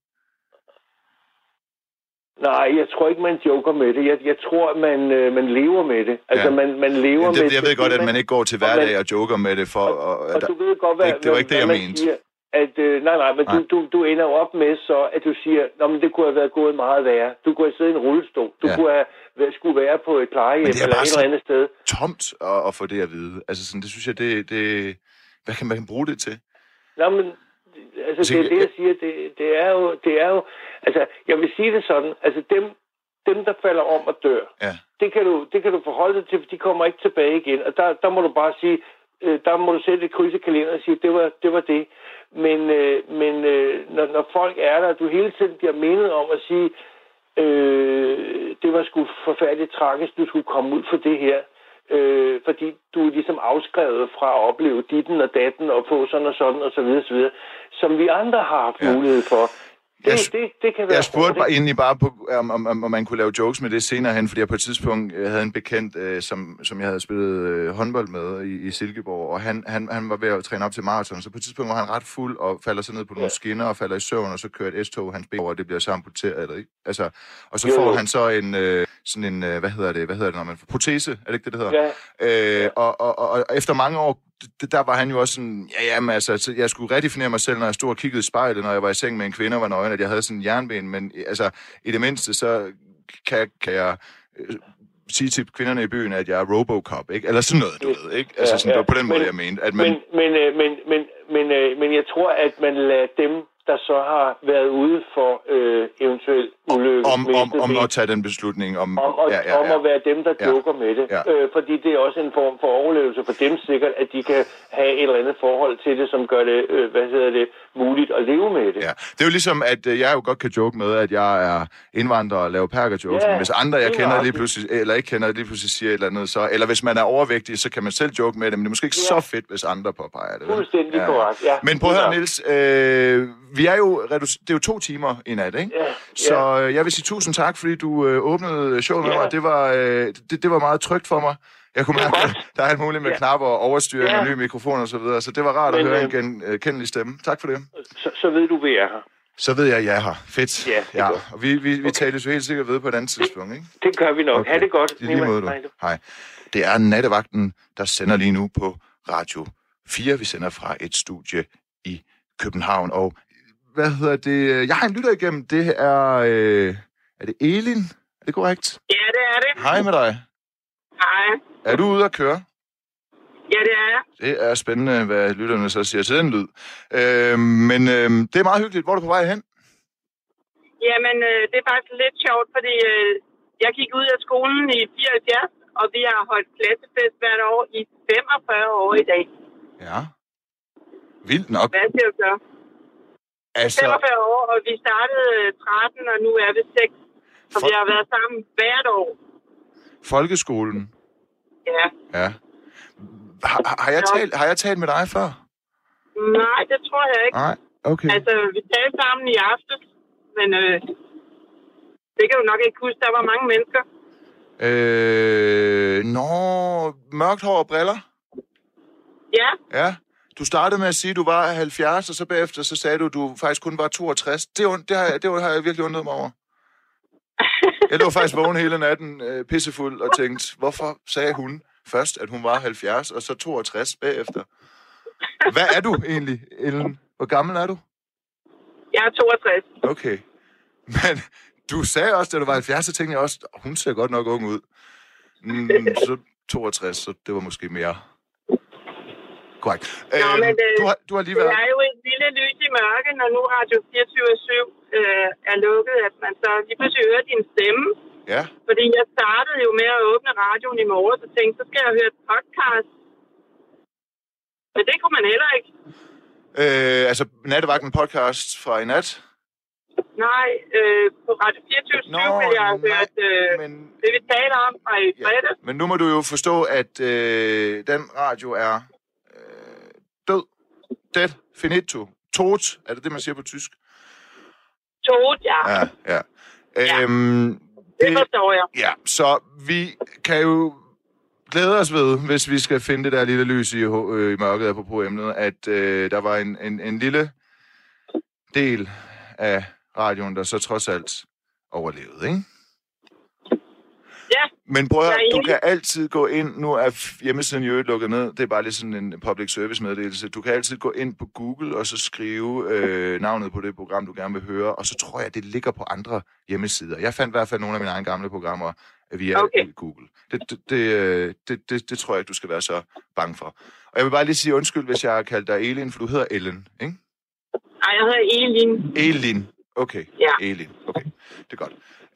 Nej, jeg tror ikke, man joker med det. Jeg tror, man lever med det. Altså, man lever med det. Jeg ved godt, at man ikke går til hverdag og joker med det for... Og du ved godt, det var ikke det, jeg mente. Siger, at, nej, men du ender op med så, at du siger, men det kunne have været gået meget værre. Du kunne have siddet i en rullestol. Du skulle være på et plejehjem eller et eller andet sted. Tomt at få det at vide. Altså, sådan, det synes jeg, det... Hvad kan man bruge det til? Nå, men... Altså, det er det, jeg siger. Det er jo... Altså, jeg vil sige det sådan. Altså, dem der falder om og dør, det kan du forholde dig til, for de kommer ikke tilbage igen. Og der må du bare sige, der må du sætte et kryds i kalenderen og sige, det var det. Men når folk er der, du hele tiden bliver mindet om at sige, det var sgu forfærdeligt tragisk, du skulle komme ud for det her. Fordi du er ligesom afskrevet fra at opleve ditten og datten og få sådan og sådan og så videre, som vi andre har haft mulighed for. Det kan være. Jeg spurgte egentlig bare på, om man kunne lave jokes med det senere hen, fordi jeg på et tidspunkt havde en bekendt, som jeg havde spillet håndbold med i Silkeborg, og han var ved at træne op til maraton, så på et tidspunkt var han ret fuld og falder så ned på nogle skinner og falder i søvn, og så kører et S-tog hans ben over, og det bliver så amputeret, eller ikke? Altså, og så får han så en, sådan en, hvad hedder det, når man får protese, er det ikke det hedder? Ja. Og efter mange år, der var han jo også sådan, jamen altså, jeg skulle redefinere mig selv, når jeg stod og kiggede i spejlet, når jeg var i seng med en kvinde og var nøgen, at jeg havde sådan en jernben, men altså, i det mindste, så kan jeg sige til kvinderne i byen, at jeg er Robocop, ikke? Eller sådan noget, du ved, ikke? Altså, sådan, det var på den måde, jeg mente. At man... men jeg tror, at man lader dem, der så har været ude for eventuel ulykke. Om at tage den beslutning. Om at være dem, der joker med det. Ja. Fordi det er også en form for overlevelse for dem sikkert, at de kan have et eller andet forhold til det, som gør det, muligt at leve med det. Ja. Det er jo ligesom, at jeg jo godt kan joke med, at jeg er indvandrer og laver perker-jokes. Men hvis andre, jeg kender lige pludselig, eller ikke kender, lige pludselig siger et eller andet, så... Eller hvis man er overvægtig, så kan man selv joke med det, men det er måske ikke så fedt, hvis andre påpeger det. Fuldstændig korrekt, ja. Men prøv at høre, Niels... det er jo 2 timer i nat, ikke? Ja. Så jeg vil sige tusind tak, fordi du åbnede showet med mig. Det var meget trygt for mig. Jeg kunne mærke, at der er alt muligt med knapper og overstyring og nye mikrofoner og så videre. Så det var rart at høre en genkendelig stemme. Tak for det. Så ved du, vi er her. Så ved jeg er her. Fedt. Ja. Og vi tales jo helt sikkert ved på et andet tidspunkt, ikke? Det gør vi nok. Okay. Ha' det godt. I lige måde, du. Hej. Det er Nattevagten, der sender lige nu på Radio 4. Vi sender fra et studie i København, og hvad hedder det? Jeg har en lytter igennem. Det er det Elin? Er det korrekt? Ja, det er det. Hej med dig. Hej. Er du ude at køre? Ja, det er jeg. Det er spændende, hvad lytterne så siger til den lyd. Men det er meget hyggeligt. Hvor er du på vej hen? Jamen, det er faktisk lidt sjovt, fordi jeg gik ud af skolen i 74, og vi har holdt klassefest hvert år i 45 år i dag. Ja. Vildt nok. Hvad siger du så? Altså... 45 år, og vi startede 13, og nu er vi 6. Så vi har været sammen hvert år. Folkeskolen? Ja. Ja. Har jeg talt med dig før? Nej, det tror jeg ikke. Nej, okay. Altså, vi talte sammen i aften, men det kan du nok ikke huske. Der var mange mennesker. Mørkt hår og briller? Ja. Ja. Du startede med at sige, at du var 70, og så bagefter så sagde du, at du faktisk kun var 62. Det har jeg virkelig undret mig over. Jeg lå faktisk vågen hele natten pissefuld og tænkte, hvorfor sagde hun først, at hun var 70, og så 62 bagefter? Hvad er du egentlig, Ellen? Hvor gammel er du? Jeg er 62. Okay. Men du sagde også, da du var 70, så tænkte jeg også, hun ser godt nok ung ud. Så 62, så det var måske mere... Korrekt. Du har lige været... Det er jo et lille lys i mørke, når nu Radio 24/7 er lukket, at man så lige pludselig hører din stemme. Ja. Fordi jeg startede jo med at åbne radioen i morges og tænkte, så skal jeg høre et podcast. Men det kunne man heller ikke. Altså Nattevagten podcast fra i nat? Nej, på Radio 24/7 vil jeg have hørt det, vi taler om fra i fredag. Men nu må du jo forstå, at den radio er... død. Dead. Finito. Tot. Er det, man siger på tysk? Tot, ja. Ja. Det forstår jeg. Ja, så vi kan jo glæde os ved, hvis vi skal finde det der lille lys i mørket apropos emnet, at der var en lille del af radioen, der så trods alt overlevede, ikke? Ja. Men prøv at høre, du kan altid gå ind, nu er hjemmesiden jo lukket ned, det er bare lidt sådan en public service meddelelse, du kan altid gå ind på Google og så skrive navnet på det program, du gerne vil høre, og så tror jeg, det ligger på andre hjemmesider. Jeg fandt i hvert fald nogle af mine egne gamle programmer via Google. Det tror jeg ikke, du skal være så bange for. Og jeg vil bare lige sige undskyld, hvis jeg har kaldt dig Elin, for du hedder Ellen, ikke? Nej, jeg hedder Elin. Elin, okay. Ja. Elin, okay. Det er godt.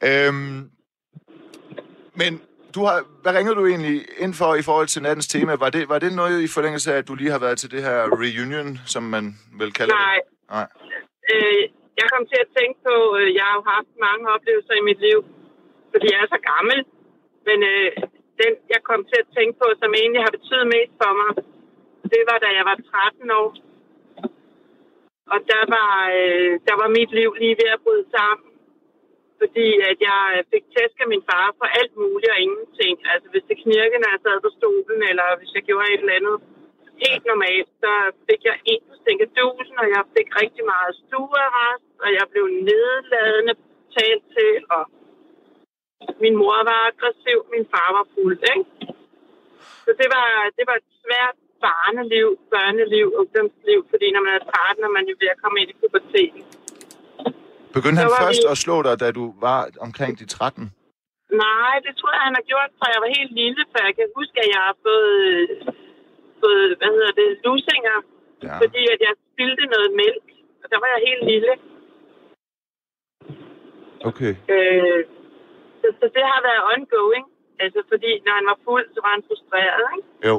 Men hvad ringede du egentlig ind for i forhold til nattens tema? Var det noget i forlængelse af, at du lige har været til det her reunion, som man vel kalder det? Nej. Jeg kom til at tænke på, jeg har jo haft mange oplevelser i mit liv, fordi jeg er så gammel. Men den, jeg kom til at tænke på, som egentlig har betydet mest for mig, det var, da jeg var 13 år. Og der var mit liv lige ved at bryde sammen. Fordi at jeg fik tæsk af min far for alt muligt og ingenting. Altså hvis det knirkede, når jeg sad på stolen, eller hvis jeg gjorde et eller andet helt normalt, så fik jeg en på sænkedusen, og jeg fik rigtig meget stuearrest, og jeg blev nedladende talt til, og min mor var aggressiv, min far var fuld, ikke? Så det var et svært børneliv, ungdomsliv, fordi når man er 13, og man er ved at komme ind i puberteten. Begyndte han først at slå dig, da du var omkring de 13? Nej, det tror jeg, han har gjort, fra jeg var helt lille, for jeg kan huske, at jeg har fået lusinger, fordi at jeg spildte noget mælk, og der var jeg helt lille. Okay. Så det har været ongoing, altså fordi når han var fuld, så var han frustreret, ikke? Jo.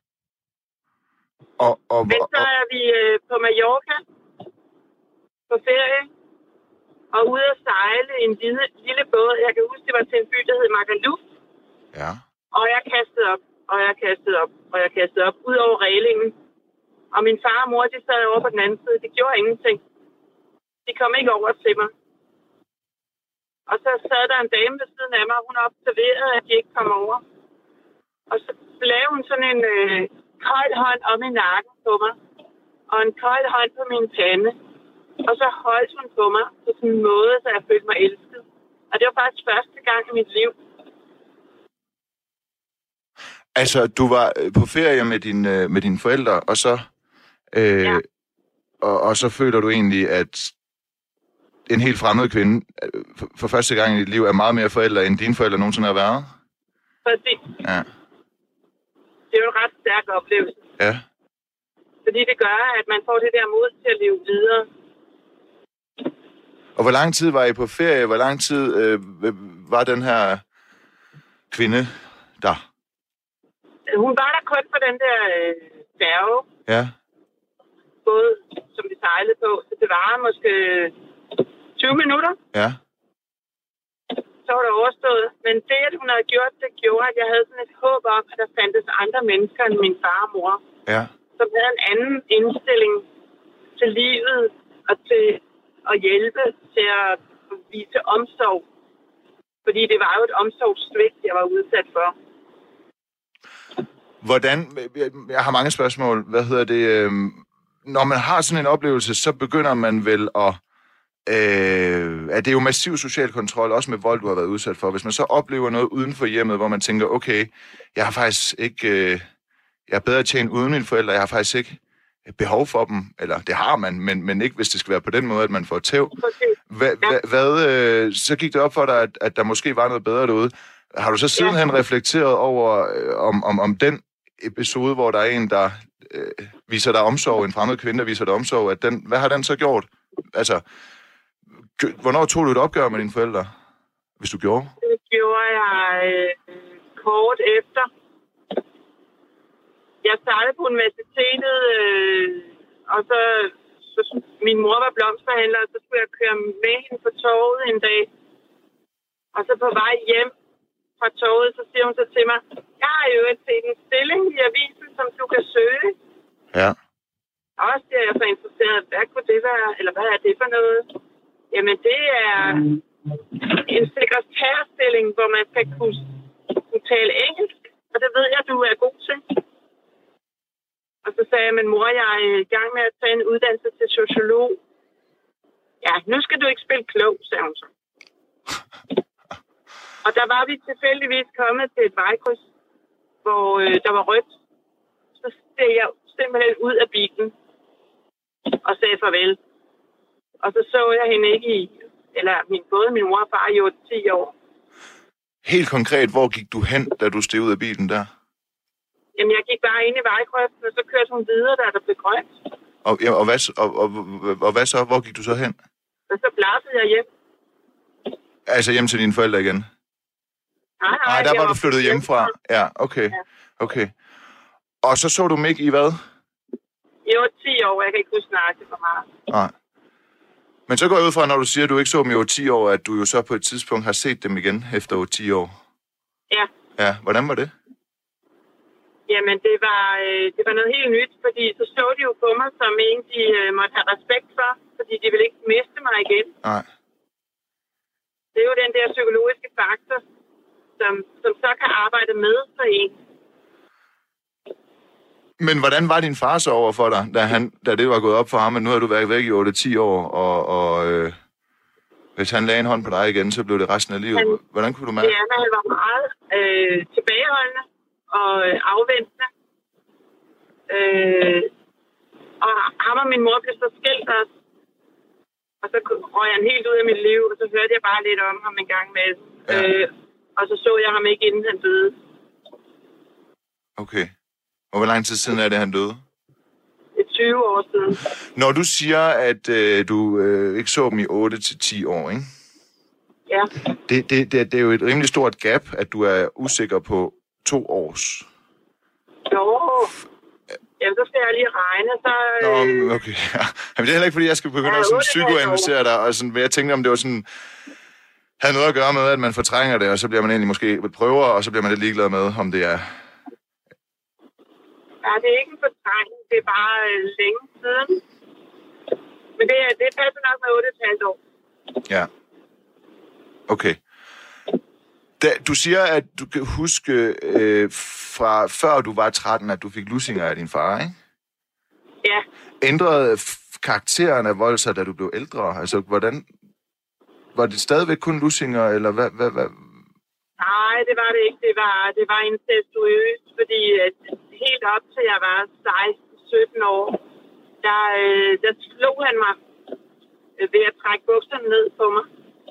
Men så er vi på Mallorca på ferie, og ude at sejle en lille båd. Jeg kan huske, det var til en by, der hed Magaluf. Ja. Og jeg kastede op ud over reglingen. Og min far og mor, de sad over på den anden side. Det gjorde ingenting. De kom ikke over til mig. Og så sad der en dame ved siden af mig, og hun observerede, at de ikke kom over. Og så lavede hun sådan en kold hånd om i nakken på mig. Og en kold hånd på min pande. Og så holdt hun på mig på sådan en måde, så jeg følte mig elsket. Og det var faktisk første gang i mit liv. Altså, du var på ferie med dine forældre, og så ja. og så føler du egentlig, at en helt fremmed kvinde for første gang i dit liv er meget mere forældre, end dine forældre nogensinde har været? Præcis. Ja. Det er jo en ret stærk oplevelse. Ja. Fordi det gør, at man får det der mod til at leve videre. Og hvor lang tid var I på ferie? Hvor lang tid var den her kvinde der? Hun var der kun på den der færge. Ja. Både som vi sejlede på. Så det var måske 20 minutter. Ja. Så var det overstået. Men det, at hun havde gjort, det gjorde, at jeg havde sådan et håb om, at der fandtes andre mennesker end min far og mor. Ja. Som havde en anden indstilling til livet og til at hjælpe til at vise omsorg. Fordi det var jo et omsorgssvigt, jeg var udsat for. Hvordan? Jeg har mange spørgsmål. Når man har sådan en oplevelse, så begynder man vel at det er jo massiv social kontrol, også med vold, du har været udsat for. Hvis man så oplever noget uden for hjemmet, hvor man tænker, okay, jeg har faktisk ikke, jeg er bedre tjent uden mine forældre, jeg har faktisk ikke behov for dem, eller det har man, men ikke hvis det skal være på den måde, at man får tæv. Så gik det op for dig, at der måske var noget bedre derude. Har du så sidenhen reflekteret over, om den episode, hvor der er en, der viser dig omsorg, en fremmed kvinde, der viser dig omsorg, hvad har den så gjort? Altså, hvornår tog du et opgør med dine forældre, hvis du gjorde? Det gjorde jeg kort efter. Jeg startede på universitetet, og så min mor var blomsterhandler, og så skulle jeg køre med hende på toget en dag. Og så på vej hjem fra toget, så siger hun så til mig, jeg har jo set en stilling i avisen, som du kan søge. Ja. Og også det er jeg så interesseret, hvad kunne det være, eller hvad er det for noget? Jamen det er en sekretærstilling, hvor man skal kunne tale engelsk, og det ved jeg, du er god til. Og så sagde jeg, men mor, jeg er i gang med at tage en uddannelse til sociolog. Ja, nu skal du ikke spille klog, sagde hun så. Og der var vi tilfældigvis kommet til et vejkryds, hvor der var rødt. Så steg jeg simpelthen ud af bilen og sagde farvel. Og så jeg hende ikke både min mor og far i 10 år. Helt konkret, hvor gik du hen, da du steg ud af bilen der? Jamen, jeg gik bare ind i vejkrydsen, og så kørte hun videre, da der blev grønt. Og hvad så? Hvor gik du så hen? Og så blasede jeg hjem. Altså hjem til dine forældre igen? Nej, der var du flyttet hjemmefra. Ja, okay. Ja. Okay. Og så du dem ikke i hvad? I 10 år, jeg kan ikke huske snart for meget. Nej. Men så går jeg ud fra, når du siger, at du ikke så dem i 10 år, at du jo så på et tidspunkt har set dem igen efter 10 år. Ja. Ja, hvordan var det? Jamen, det var noget helt nyt, fordi så de jo på mig som en, de måtte have respekt for, fordi de ville ikke miste mig igen. Nej. Det er jo den der psykologiske faktor, som så kan arbejde med for en. Men hvordan var din far så over for dig, da det var gået op for ham, at nu har du været væk i 8-10 år, og hvis han lagde en hånd på dig igen, så blev det resten af livet. Hvordan kunne du mærke? Ja, han var meget tilbageholdende og afventende. Og ham og min mor blev så skilt også. Og så røg han helt ud af mit liv, og så hørte jeg bare lidt om ham en gang med. Ja. Og så jeg ham ikke, inden han døde. Okay. Og hvor lang tid siden er det, han døde? 20 år siden. Når du siger, at du ikke så dem i 8-10 år, ikke? Ja. Det er jo et rimelig stort gap, at du er usikker på 2 års. Jo. Jamen, så skal jeg lige regne, så... Nå, okay. Ja. Jamen, det er heller ikke, fordi jeg skal begynde at psykoanalysere dig, og sådan, men jeg tænkte, om det var sådan... havde noget at gøre med, at man fortrænger det, og så bliver man egentlig måske prøver, og så bliver man lidt ligeglad med, om det er... Ja, det er ikke en fortrængning, det er bare længe siden. Men det passer nok med 8,5 år. Ja. Okay. Du siger, at du kan huske fra før du var 13, at du fik lussinger af din far, ikke? Ja. Ændrede karakteren af vold sig, da du blev ældre? Altså, hvordan... Var det stadigvæk kun lussinger, eller hvad? Nej, det var det ikke. Det var incestuøst, fordi helt op til jeg var 16-17 år, der slog han mig ved at trække bukserne ned på mig.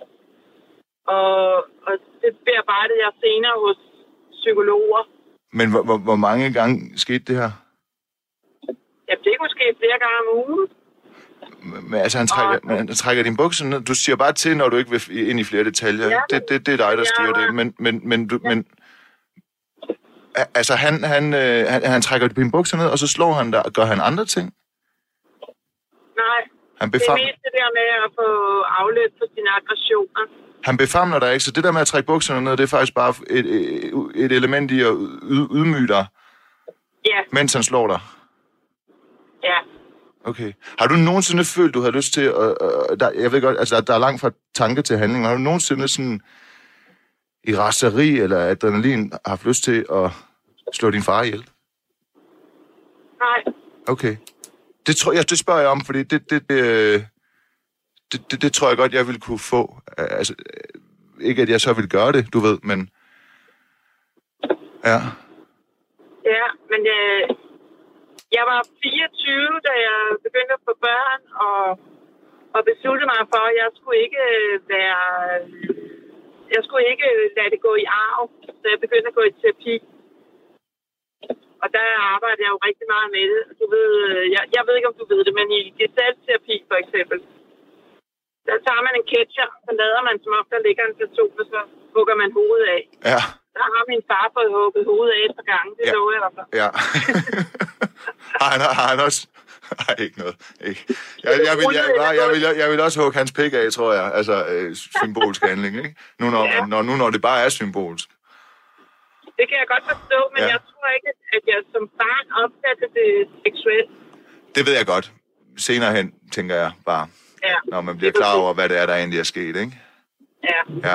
Og det bearbejdede jeg senere hos psykologer. Men hvor mange gange skete det her? Ja, det kunne ske flere gange om ugen. Men altså, han trækker din bukser ned. Du siger bare til, når du ikke vil ind i flere detaljer. Ja, det er dig, der styrer det. Men altså, han trækker dine bukser ned, og så slår han dig. Gør han andre ting? Nej. Det er mest det der med at få afløb for sine aggressioner. Han befamler dig ikke, så det der med at trække bukserne ned, det er faktisk bare et element i at ydmyge dig, mens han slår dig? Ja. Okay. Har du nogensinde følt, du havde lyst til jeg ved godt, altså der er langt fra tanke til handling, men har du nogensinde sådan i raseri eller adrenalin haft lyst til at slå din far ihjel? Nej. Okay. Det spørger jeg om, fordi det tror jeg godt, jeg ville kunne få. Altså, ikke at jeg så ville gøre det, du ved, men... Ja. Ja, men jeg var 24, da jeg begyndte at få børn, og besluttede mig for, at jeg skulle ikke lade det gå i arv, så jeg begyndte at gå i terapi. Og der arbejder jeg jo rigtig meget med det. Du ved, jeg ved ikke, om du ved det, men i gestaltterapi for eksempel, der tager man en ketcher, så lader man som om, der ligger en person, og så hugger man hovedet af. Ja. Der har min far fået hugget hovedet af et par gange, det lover jeg dig. Ja. har han også... Nej, ikke noget. Ikke. Jeg vil også hugge hans pik af, tror jeg. Altså, symbolsk handling, ikke? Nu når det bare er symbolsk. Det kan jeg godt forstå, men jeg tror ikke, at jeg som barn opfattede det seksuelt. Det ved jeg godt. Senere hen, tænker jeg bare. Ja. Når man bliver klar over, hvad det er, der egentlig er sket, ikke? Ja.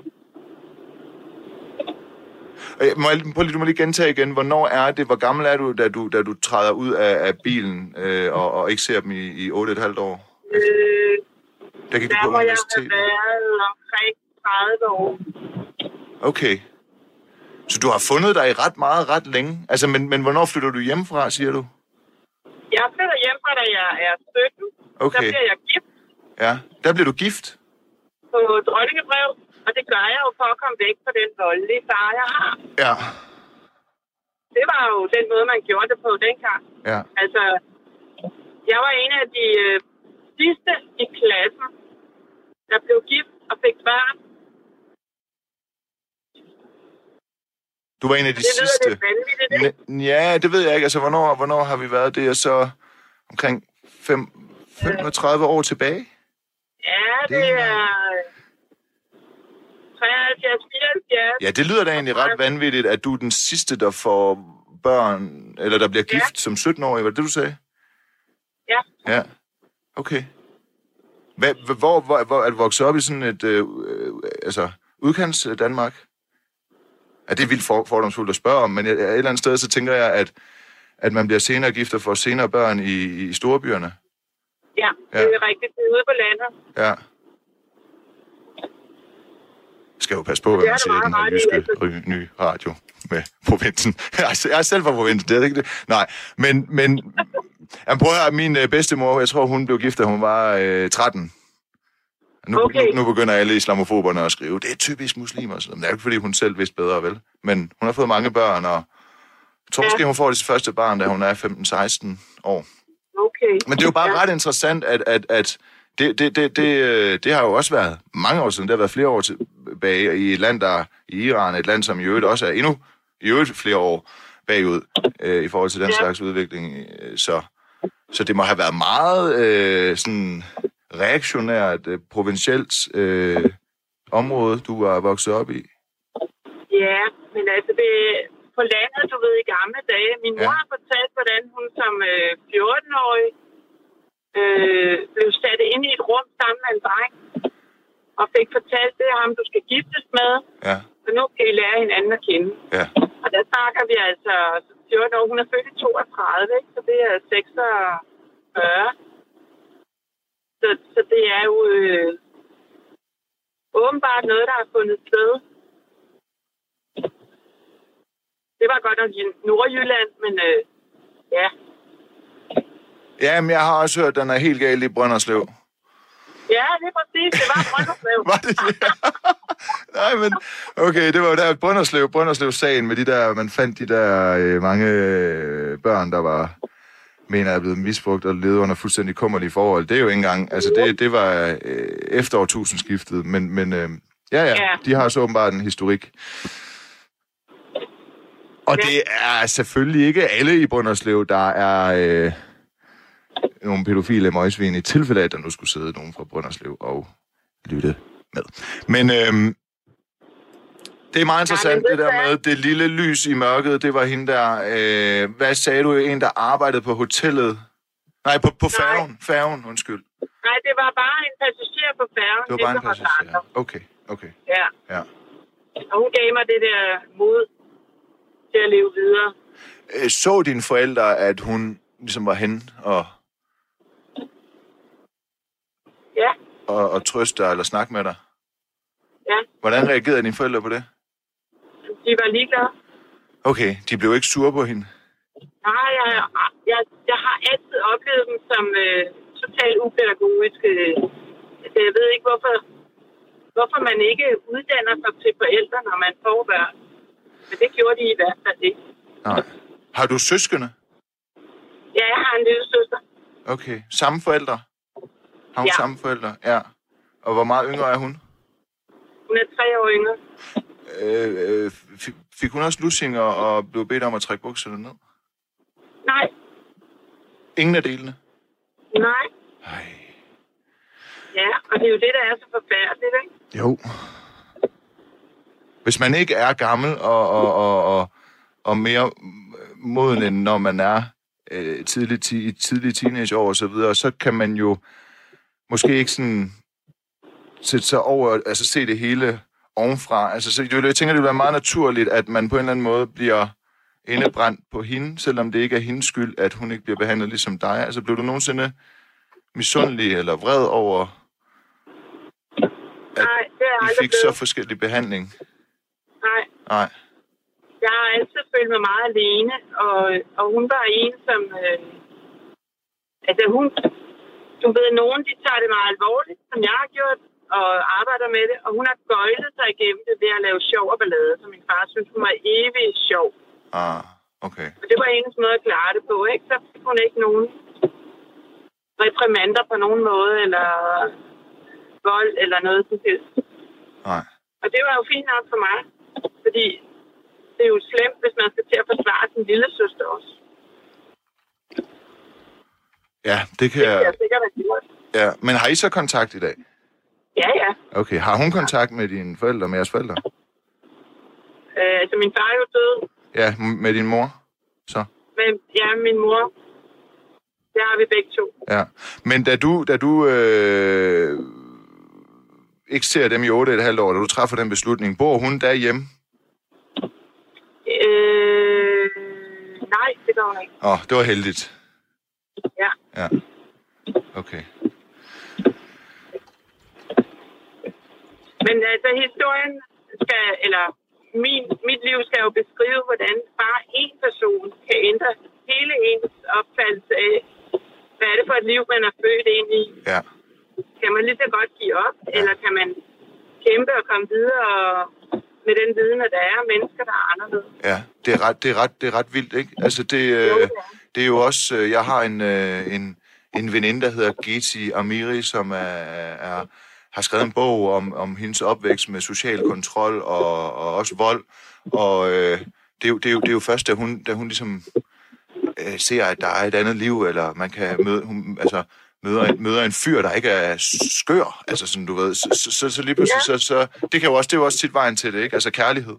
Du må lige gentage igen. Hvornår er det? Hvor gammel er du, da du træder ud af bilen og ikke ser dem i 8,5 år? Der må jeg have været omkring 30 år. Okay. Så du har fundet dig ret længe? Altså, men hvornår flytter du hjemmefra, siger du? Jeg flytter hjemmefra, da jeg er 17. Okay. Der bliver jeg gift. Ja, der bliver du gift? På dronningebrev. Og det gør jeg jo for at komme væk fra den voldelige far, jeg har. Ja. Det var jo den måde, man gjorde det på dengang. Ja. Altså, jeg var en af de sidste i klassen, der blev gift og fik børn. Du var en af de sidste? Det vanvittigt, ikke? Ja, det ved jeg ikke. Altså, hvornår har vi været? Det er så omkring 35 år tilbage? Ja, det er... 73, 74. Ja, det lyder da egentlig ret vanvittigt, at du er den sidste, der får børn, eller der bliver gift som 17-årig, var det du sagde? Ja. Ja, okay. Hvor er du vokset op i sådan et udkants Danmark? Ja, det er vildt fordomsfuldt at spørge om, men et eller andet sted, så tænker jeg, at man bliver senere gift og får senere børn i storbyerne. Ja, det er rigtigt. Det er ude på landet. Ja. Jeg skal jo passe på, hvad man siger i den her jyske nye radio med provinsen. Jeg er selv fra provinsen, det er ikke det. Nej, men prøv at høre, min bedstemor, jeg tror, hun blev gift, da hun var 13. Nu begynder alle islamofoberne at skrive, det er typisk muslimer. Så det er ikke, fordi hun selv vidste bedre, vel? Men hun har fået mange børn, og jeg tror måske, hun får sit første barn, da hun er 15-16 år. Okay. Men det er jo bare ret interessant, at det har jo også været mange år siden. Det har været flere år tilbage i et land, der i Iran, et land, som i øvrigt også er endnu i øvrigt flere år bagud i forhold til den slags udvikling. Så det må have været meget sådan reaktionært, provincielt område, du var vokset op i. Ja, men altså det på landet, du ved, i gamle dage. Min mor har fortalt, hvordan hun som 14-årig blev sat ind i et rum sammen med en dreng, og fik fortalt, det er ham, du skal giftes med, og nu skal I lære hinanden at kende. Ja. Og der snakker vi altså 14 år, hun er født i 32, ikke? Så det er 46. Så det er jo åbenbart noget, der har fundet sted. Det var godt nok i Nordjylland, men ja. Ja, men jeg har også hørt, at den er helt galt i Brønderslev. Ja, det er præcis. Det var Brønderslev. Var det det? Nej, men okay, det var jo der Brønderslev-sagen med de der, man fandt de der mange børn, der var, mener jeg, blevet misbrugt og levet under fuldstændig kummerlige forhold. Det er jo ikke engang, altså det var efter årtusindskiftet, men de har så åbenbart en historik. Og det er selvfølgelig ikke alle i Brønderslev, der er nogle pædofile møgsvin i tilfælde af, at der nu skulle sidde nogen fra Brønderslev og lytte med. Men det er meget interessant, det der med det lille lys i mørket. Det var hende der. Hvad sagde du? En, der arbejdede på hotellet? Nej, på færgen. Færgen, undskyld. Nej, det var bare en passager på færgen. Det var bare en passager. Okay. Ja. Og hun gav mig det der mod til at leve videre. Så dine forældre, at hun ligesom var henne og trøste dig eller snakke med dig? Ja. Hvordan reagerede dine forældre på det? De var ligeglade. Okay, de blev ikke sure på hende? Nej, jeg har altid oplevet dem som totalt upædagogiske. Jeg ved ikke, hvorfor man ikke uddanner sig til forældre, når man får børn. Men det gjorde de i hvert fald ikke. Nej. Har du søskende? Ja, jeg har en lille søster. Okay. Samme forældre? Har hun samme forældre? Ja. Og hvor meget yngre er hun? Hun er 3 år yngre. Fik hun også lussinger og blev bedt om at trække bukserne ned? Nej. Ingen af delene? Nej. Ej. Ja, og det er jo det, der er så forfærdeligt, ikke? Jo. Hvis man ikke er gammel og mere moden, end når man er tidlige teenageår og så videre, så kan man jo måske ikke sådan sætte sig over, altså se det hele ovenfra. Altså, så jeg tænker, det vil være meget naturligt, at man på en eller anden måde bliver indebrændt på hende, selvom det ikke er hendes skyld, at hun ikke bliver behandlet ligesom dig. Altså, blev du nogensinde misundelig eller vred over, at I fik så forskellig behandling? Nej. Jeg har altid følt mig meget alene, og hun var en, som... Du ved, nogen de tager det meget alvorligt, som jeg har gjort, og arbejder med det, og hun har gøjlet sig igennem det ved at lave sjov og ballade, så min far synes, hun var evig sjov. Okay. Og det var hendes måde at klare det på, ikke? Så fik hun ikke nogen reprimander på nogen måde, eller vold, eller noget som helst. Nej. Og det var jo fint nok for mig, fordi det er jo slemt, hvis man skal til at forsvare sin lille søster også. Ja, det kan jeg... Ja, men har I så kontakt i dag? Ja. Okay, har hun kontakt med dine forældre, med jeres forældre? Altså, min far er jo død. Ja, med din mor? så? Men, ja, min mor. Det har vi begge to. Ja, men da du ikke ser dem i 8,5 år, da du træffer den beslutning, bor hun derhjemme? Nej, det gør hun ikke. Det var heldigt. Ja. Ja, okay. Men altså, historien skal, eller mit liv skal jo beskrive, hvordan bare én person kan ændre hele ens opfattelse af, hvad er det for et liv, man er født ind i. Ja. Kan man lige så godt give op, eller kan man kæmpe og komme videre med den viden, at der er mennesker, der er anderledes? Ja, det er ret vildt, ikke? Altså, det er jo også... Jeg har en veninde, der hedder Gezi Amiri, som har skrevet en bog om hendes opvækst med social kontrol og også vold. Og det er jo først, da hun ligesom ser, at der er et andet liv, eller man kan møder en fyr, der ikke er skør, altså sådan, du ved, så lige pludselig, så det er jo også tit vejen til det, ikke? Altså kærlighed,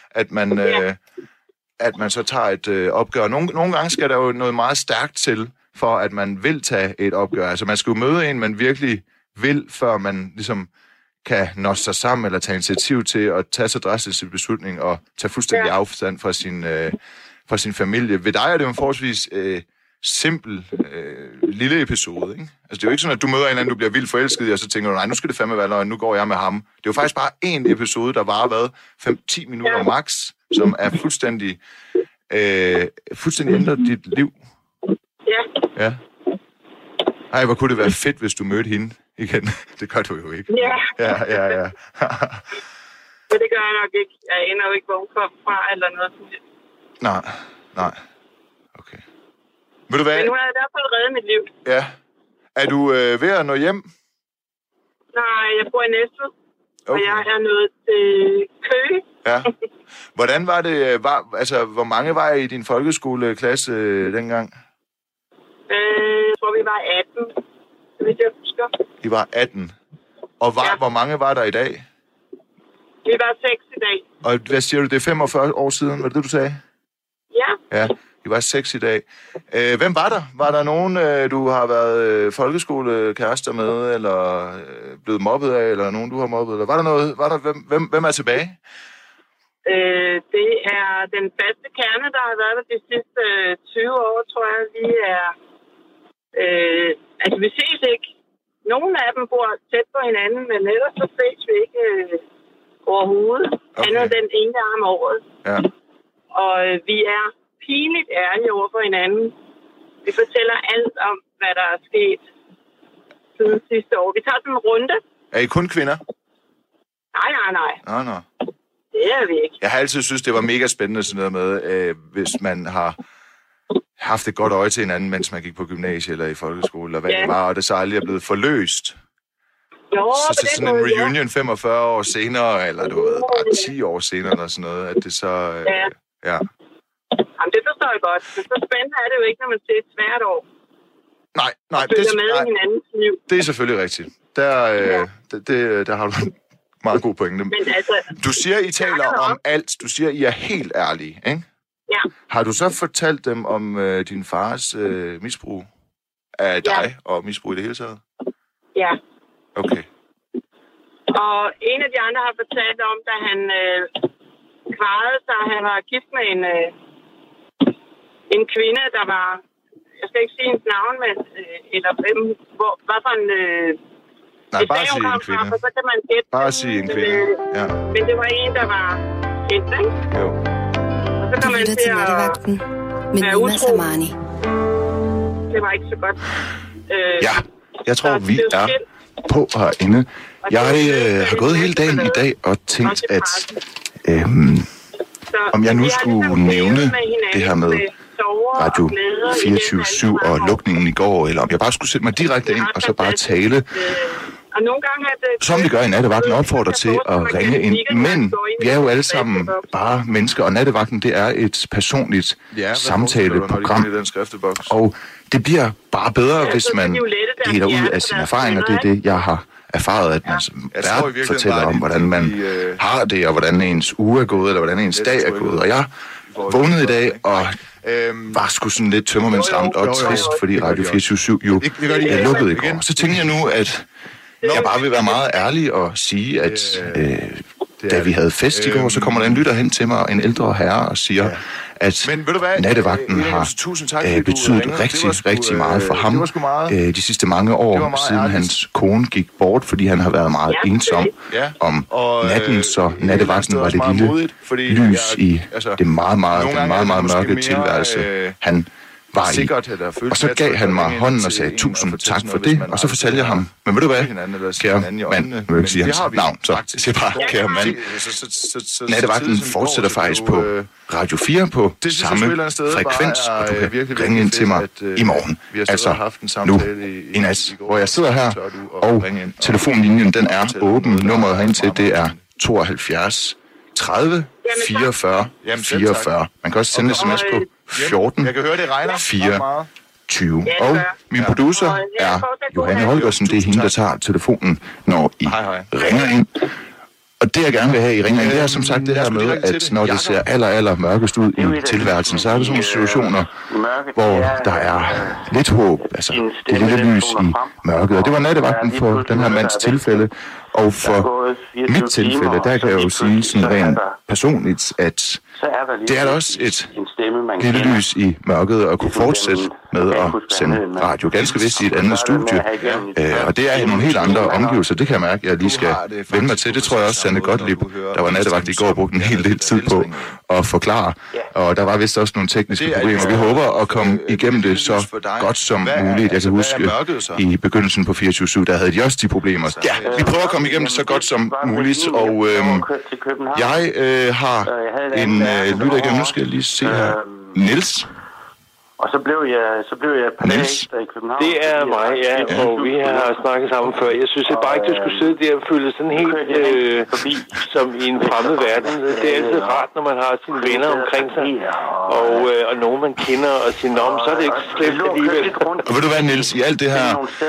at man så tager et opgør. Nogle gange skal der jo noget meget stærkt til, for at man vil tage et opgør. Altså man skal jo møde en, man virkelig vil, før man ligesom kan nå sig sammen, eller tage initiativ til at tage så drastisk en beslutning, og tage fuldstændig afstand fra sin familie. Ved dig er det jo en forholdsvis simpel lille episode, ikke? Altså det er jo ikke sådan, at du møder en eller anden, du bliver vildt forelsket i, og så tænker du, nej, nu skal det fandme være løgn, nu går jeg med ham. Det er jo faktisk bare en episode, der varer, 5-10 minutter max, som er fuldstændig ændret dit liv. Ja. Ej, hvor kunne det være fedt, hvis du mødte hende igen. Det gør du jo ikke. Ja. Ja. Men det gør jeg nok ikke. Jeg aner jo ikke, hvor hun kom fra, eller noget sådan. Nej. Okay. Ved du hvad? Men hun har i hvert fald reddet mit liv. Ja. Er du ved at nå hjem? Nej, jeg bor i Næstved. Okay. Og jeg er nået til Køge. Ja. Hvordan var det? Hvor mange var I i din folkeskoleklasse dengang? Jeg tror, vi var 18, hvis jeg husker. I var 18. Og hvor mange var der i dag? Vi var 6 i dag. Og hvad siger du, det er 45 år siden, var det du sagde? Ja. Ja, I var 6 i dag. Hvem var der? Var der nogen, du har været folkeskolekærester med, eller blevet mobbet af, eller nogen, du har mobbet? Eller var der noget? Hvem er tilbage? Det er den faste kerne, der har været der de sidste 20 år, tror jeg. Vi er... vi ses ikke. Nogle af dem bor tæt på hinanden, men ellers så ses vi ikke overhovedet. Okay. Andet den ene gang om året. Ja. Og vi er pinligt ærlige over for hinanden. Vi fortæller alt om, hvad der er sket siden sidste år. Vi tager sådan en runde. Er I kun kvinder? Nej. Nå. Det er vi ikke. Jeg har altid synes, det var mega spændende sådan noget med, hvis man har haft et godt øje til hinanden, mens man gik på gymnasiet eller i folkeskole, eller hvad det var, og det så aldrig er blevet forløst. Jo, så sådan en reunion 45 år senere, eller du ved, bare 10 år senere, eller sådan noget, at det så... Ja. Jamen, det forstår jeg godt. Men så spændende er det jo ikke, når man ser et svært år. Nej. Det er selvfølgelig rigtigt. Der har du en meget god pointe. Men altså, du siger, I taler om alt. Du siger, I er helt ærlige, ikke? Ja. Har du så fortalt dem om din fars misbrug af dig, og misbrug i det hele taget? Ja. Okay. Og en af de andre har fortalt om, da han kvarede sig, han var gift med en kvinde, der var, jeg skal ikke sige hendes navn, men, eller hvem, hvad for en... Nej, bare sige en kvinde. Så kan man gætte. Bare sige en kvinde, ja. Men det var en, der var kendt, ikke? Jo. Og så kan man til Nattevagten med Nima Samani. Det var ikke så godt. Ja, jeg tror, vi er på herinde. Jeg har gået hele dagen i dag og tænkt, at om jeg nu skulle nævne det her med Radio 24/7 og lukningen i går, eller om jeg bare skulle sætte mig direkte ind og så bare tale, som vi gør i Nattevagten, opfordrer til at ringe ind. Men vi er jo alle sammen bare mennesker, og Nattevagten, det er et personligt samtaleprogram. Og det bliver bare bedre, hvis man deler ud af sine erfaringer. Det er det, jeg har erfaret, at man vært fortæller om, hvordan man har det, og hvordan ens uge er gået, eller hvordan ens dag er gået. Og jeg vågnede i dag og var sgu sådan lidt tømmermandsramt og trist, fordi Radio 24/7 jo lukkede i går. Så tænkte jeg nu, at jeg bare vil være meget ærlig og sige, at da vi havde fest i går, så kommer der en lytter hen til mig, en ældre herre, og siger, at nattevagten har betydet rigtig meget for ham de sidste mange år, siden hans kone gik bort, fordi han har været meget ensom om natten, så nattevagten var det lille lys i det meget mørke tilværelse, han var i. Og så gav han mig hånden og sagde, tusind tak for det, og så fortalte jeg ham, men ved du hvad, kære mand, jeg vil ikke sige hans navn, så jeg siger bare, kære mand, nattevagten fortsætter faktisk på Radio 4 på samme frekvens, og du kan ringe ind til mig i morgen. Altså nu i nat, hvor jeg sidder her, og telefonlinjen den er åben. Nummeret herind til, det er 72 30 44 44. Man kan også sende sms på 14 24. Og min producer er Johanne Holgersen. Det er hende, der tager telefonen, når I ringer ind. Og det, jeg gerne vil have, I ringer ind, det er som sagt det her med, at når det ser aller mørkest ud i tilværelsen, så er der sådan nogle situationer, hvor der er lidt håb, altså det lille lys i mørket. Og det var nattevagten for den her mands tilfælde, og for mit tilfælde, der kan jeg jo sige sådan rent personligt, at det er også et lille lys i mørket at kunne fortsætte med at sende radio. Ganske vist i et andet studie. Og det er nogle helt andre omgivelser. Det kan jeg mærke, at jeg lige skal vende mig til. Det tror jeg også, Sanne Gottlieb, der var nattevagt i går, brugte en hel del tid på at forklare. Og der var vist også nogle tekniske problemer. Vi håber at komme igennem det så godt som muligt. Jeg kan huske, i begyndelsen på 24/7, der havde de også de problemer. Ja, vi prøver at komme igennem det så godt som muligt. Og jeg har en lytter igen. Nu skal jeg lige se her. Niels. Og så blev jeg panelist i København. Det er mig, ja, og vi har snakket sammen før. Jeg synes bare ikke, du skulle sidde der og føle sådan helt som i en fremmed verden. Det er altid rart, når man har sine venner omkring sig, og nogen man kender, og siger, så er det ikke slemt alligevel. Og ved du hvad, Niels, i alt det her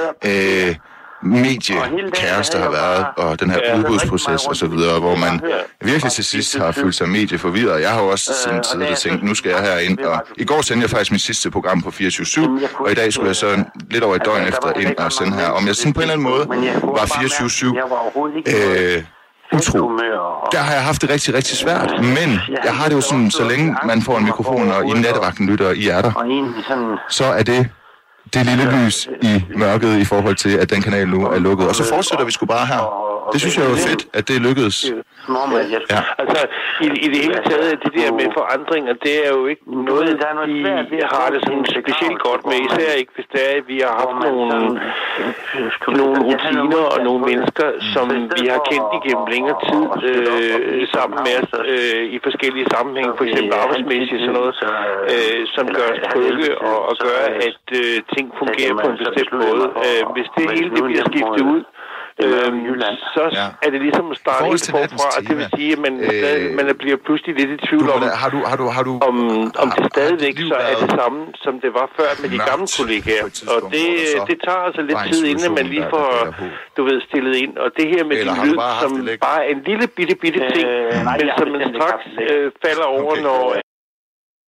mediekæreste der har været, og den her udbudsproces og så videre, hvor man virkelig til sidst har følt sig medieforvirret. Jeg har jo også siden tidligere tænkt, nu skal jeg herind, og i går sendte jeg faktisk mit sidste program på 24/7, og i dag skulle jeg så lidt over et døgn efter ind og sende her. Om jeg sådan på en eller anden måde var 24/7 utro. Der har jeg haft det rigtig svært, men jeg har det jo sådan, så længe man får en mikrofon, og i nattevagten lytter, I er der, så er det lille lys i mørket i forhold til, at den kanal nu er lukket. Og så fortsætter vi sgu bare her. Det synes jeg jo er fedt, at det lykkedes. Ja. Altså, i det hele taget, det der med forandringer, det er jo ikke noget, vi har det sådan specielt godt med. Især ikke, hvis det er, at vi har haft nogle rutiner og nogle mennesker, som vi har kendt igennem længere tid sammen med os i forskellige sammenhænge, for eksempel arbejdsmæssigt sådan noget, som gør os trygge og gør, at ting fungerer på en bestemt måde. Hvis det hele det bliver skiftet ud, så er det ligesom at starte helt forfra, og det vil sige, at man bliver pludselig lidt i tvivl om det stadigvæk så er det samme, som det var før med de gamle kollegaer. Og det tager altså lidt tid, inden man lige får, stillet ind. Og det her med de lyd, som bare er en lille bitte ting, men som man straks falder over, når